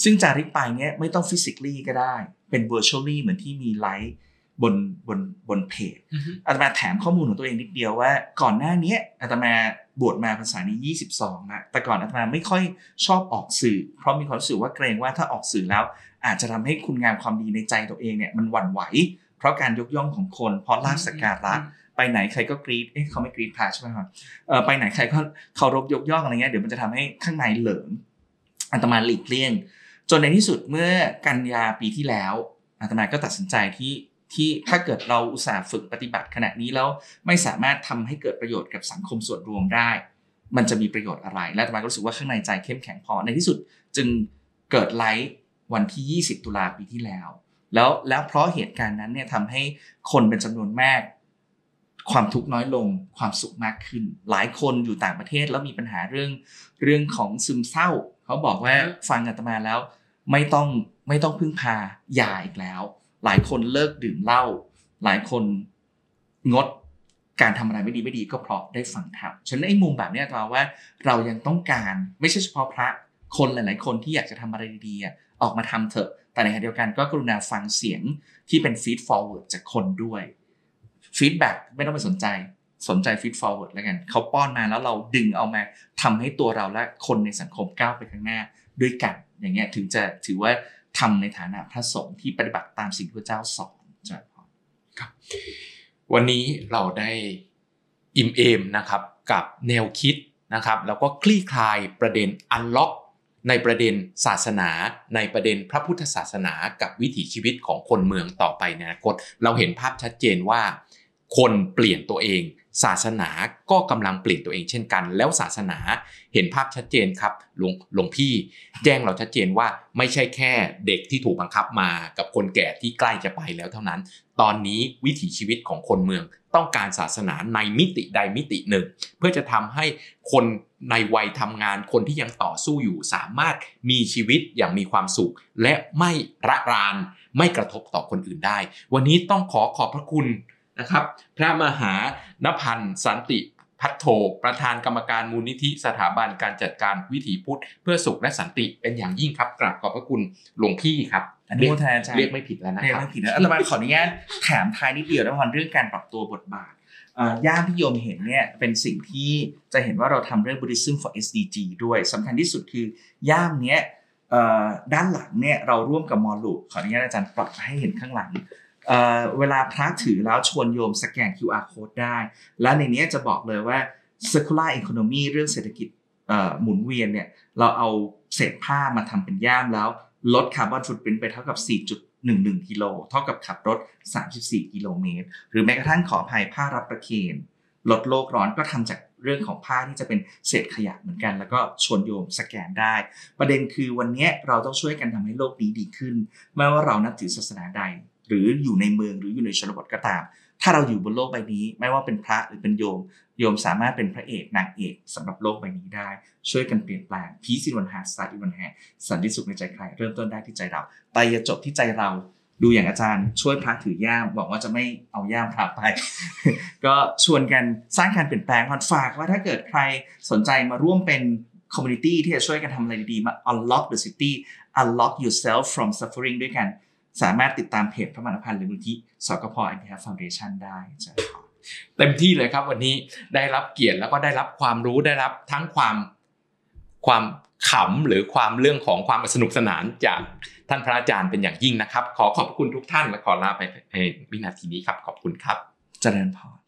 ซึ่งจาริกไปเนี่ยไม่ต้อง physically ก็ได้เป็น virtually เหมือนที่มีไลฟ์บนบนบนเพจอาตมาแถมข้อมูลของตัวเองนิดเดียวว่าก่อนหน้านี้อาตมาบวชมาพรรษานี้ยี่สิบสองนะแต่ก่อนอาตมาไม่ค่อยชอบออกสื่อเพราะมีความรู้สึกว่าเกรงว่าถ้าออกสื่อแล้วอาจจะทำให้คุณงามความดีในใจตัวเองเนี่ยมันหวั่นไหวเพราะการยกย่องของคนเพราะลาภสักการะไปไหนใครก็กรี๊ดเอ๊ะเขาไม่กรี๊ดพระใช่ไหมครับเออไปไหนใครก็เคารพยกย่องอะไรเงี้ยเดี๋ยวมันจะทำให้ข้างในเหลิงอาตมาหลีกเลี่ยงจนในที่สุดเมื่อกันยาปีที่แล้วอาตมาก็ตัดสินใจที่ที่ถ้าเกิดเราอุตส่าห์ฝึกปฏิบัติขณะนี้แล้วไม่สามารถทำให้เกิดประโยชน์กับสังคมส่วนรวมได้มันจะมีประโยชน์อะไรและอาตมาก็รู้สึกว่าข้างในใจเข้มแข็งพอในที่สุดจึงเกิดไลฟ์วันที่ยี่สิบตุลาปีที่แล้วแล้วแล้วเพราะเหตุการณ์นั้นเนี่ยทำให้คนเป็นจำนวนมากความทุกข์น้อยลงความสุขมากขึ้นหลายคนอยู่ต่างประเทศแล้วมีปัญหาเรื่องเรื่องของซึมเศร้าเขาบอกว่าฟังอาตมาแล้วไม่ต้องไม่ต้องพึ่งพายาอีกแล้วหลายคนเลิกดื่มเหล้าหลายคนงดการทำอะไรไม่ดีไม่ดีก็เพราะได้ฟังธรรมฉะนั้นไอ้มุมแบบนี้เราว่าเรายังต้องการไม่ใช่เฉพาะพระคนหลายๆคนที่อยากจะทำอะไรดีๆออกมาทำเถอะแต่ในขณะเดียวกันก็กรุณาฟังเสียงที่เป็นฟีดฟอร์เวิร์ดจากคนด้วยฟีดแบ็กไม่ต้องไปสนใจสนใจฟีดฟอร์เวิร์ดแล้วกันเขาป้อนมาแล้วเราดึงเอามาทำให้ตัวเราและคนในสังคมก้าวไปข้างหน้าด้วยกันอย่างเงี้ยถึงจะถือว่าทำในฐานะพระสงฆ์ที่ปฏิบัติตามสิ่งที่พระเจ้าสอนจ้ะครับวันนี้เราได้อิ่มเอมนะครับกับแนวคิดนะครับแล้วก็คลี่คลายประเด็น unlock ในประเด็นศาสนาในประเด็นพระพุทธศาสนากับวิถีชีวิตของคนเมืองต่อไปในอนาคตเราเห็นภาพชัดเจนว่าคนเปลี่ยนตัวเองศาสนาก็กำลังเปลี่ยนตัวเองเช่นกันแล้วศาสนาเห็นภาพชัดเจนครับหลวงหลวงพี่แจ้งเราชัดเจนว่าไม่ใช่แค่เด็กที่ถูกบังคับมากับคนแก่ที่ใกล้จะไปแล้วเท่านั้นตอนนี้วิถีชีวิตของคนเมืองต้องการศาสนาในมิติใดมิติหนึ่งเพื่อจะทำให้คนในวัยทำงานคนที่ยังต่อสู้อยู่สามารถมีชีวิตอย่างมีความสุขและไม่ระรานไม่กระทบต่อคนอื่นได้วันนี้ต้องขอขอบพระคุณนะครับพระมหานภันธ์สันติพัทโธประธานกรรมการมูลนิธิสถาบันการจัดการวิถีพุทธเพื่อสุขและสันติเป็นอย่างยิ่งครับกราบขอบพระคุณหลวงพี่ครับเรียกเรียกไม่ผิดแล้วนะครับเรียกไม่ผิดแล้วอาตมาขออนุญาตถามท้ายนิดเดียวนะพรเรื่องการปรับตัวบทบาทย่ามที่โยมเห็นเนี่ยเป็นสิ่งที่จะเห็นว่าเราทำเรื่อง Buddhism for เอส ดี จี ด้วยสำคัญที่สุดคือย่ามเนี้ยด้านหลังเนี่ยเราร่วมกับมอลลูขออนุญาตอาจารย์ปรับให้เห็นข้างหลังเอ่อเวลาพระถือแล้วชวนโยมสแกน คิว อาร์ Code ได้และในนี้จะบอกเลยว่า Circular Economy เรื่องเศรษฐกิจเอ่อหมุนเวียนเนี่ยเราเอาเศษผ้ามาทำเป็นย่ามแล้วลดคาร์บอนฟุตพริ้นท์ไปเท่ากับ สี่จุดหนึ่งหนึ่ง กิโลเท่ากับขับรถสามสิบสี่กิโลเมตรหรือแม้กระทั่งขออภัยผ้ารับประเคนลดโลกร้อนก็ทำจากเรื่องของผ้าที่จะเป็นเศษขยะเหมือนกันแล้วก็ชวนโยมสแกนได้ประเด็นคือวันนี้เราต้องช่วยกันทำให้โลกนี้ดีขึ้นไม่ว่าเรานับถือศาสนาใดหรืออยู่ในเมืองหรืออยู่ในชนบทก็ตามถ้าเราอยู่บนโลกใบนี้ไม่ว่าเป็นพระหรือเป็นโยมโยมสามารถเป็นพระเอกนางเอกสำหรับโลกใบนี้ได้ช่วยกันเปลี่ยนแปลง Peace in one heart Start in one hand สันติสุขในใจใครเริ่มต้นได้ที่ใจเราไปอย่าจบที่ใจเราดูอย่างอาจารย์ช่วยพระถือย่ามบอกว่าจะไม่เอาย่ามพระไป ก็ชวนกันสร้างการเปลี่ยนแปลงฝากว่าถ้าเกิดใครสนใจมาร่วมเป็นคอมมูนิตี้ที่จะช่วยกันทำอะไรดีๆมา unlock the city unlock yourself from suffering ด้วยกันสามารถติดตามเพจพระมหานภันธ์หรือมูลที่สกพ ไอ พี เอฟ Foundation ได้จ้ะเต็มที่เลยครับวันนี้ได้รับเกียรติแล้วก็ได้รับความรู้ได้รับทั้งความความขำหรือความเรื่องของความสนุกสนานจากท่านพระอาจารย์เป็นอย่างยิ่งนะครับขอขอบคุณทุกท่านและขอลาไปในวินาทีนี้ครับขอบคุณครับเจริญพร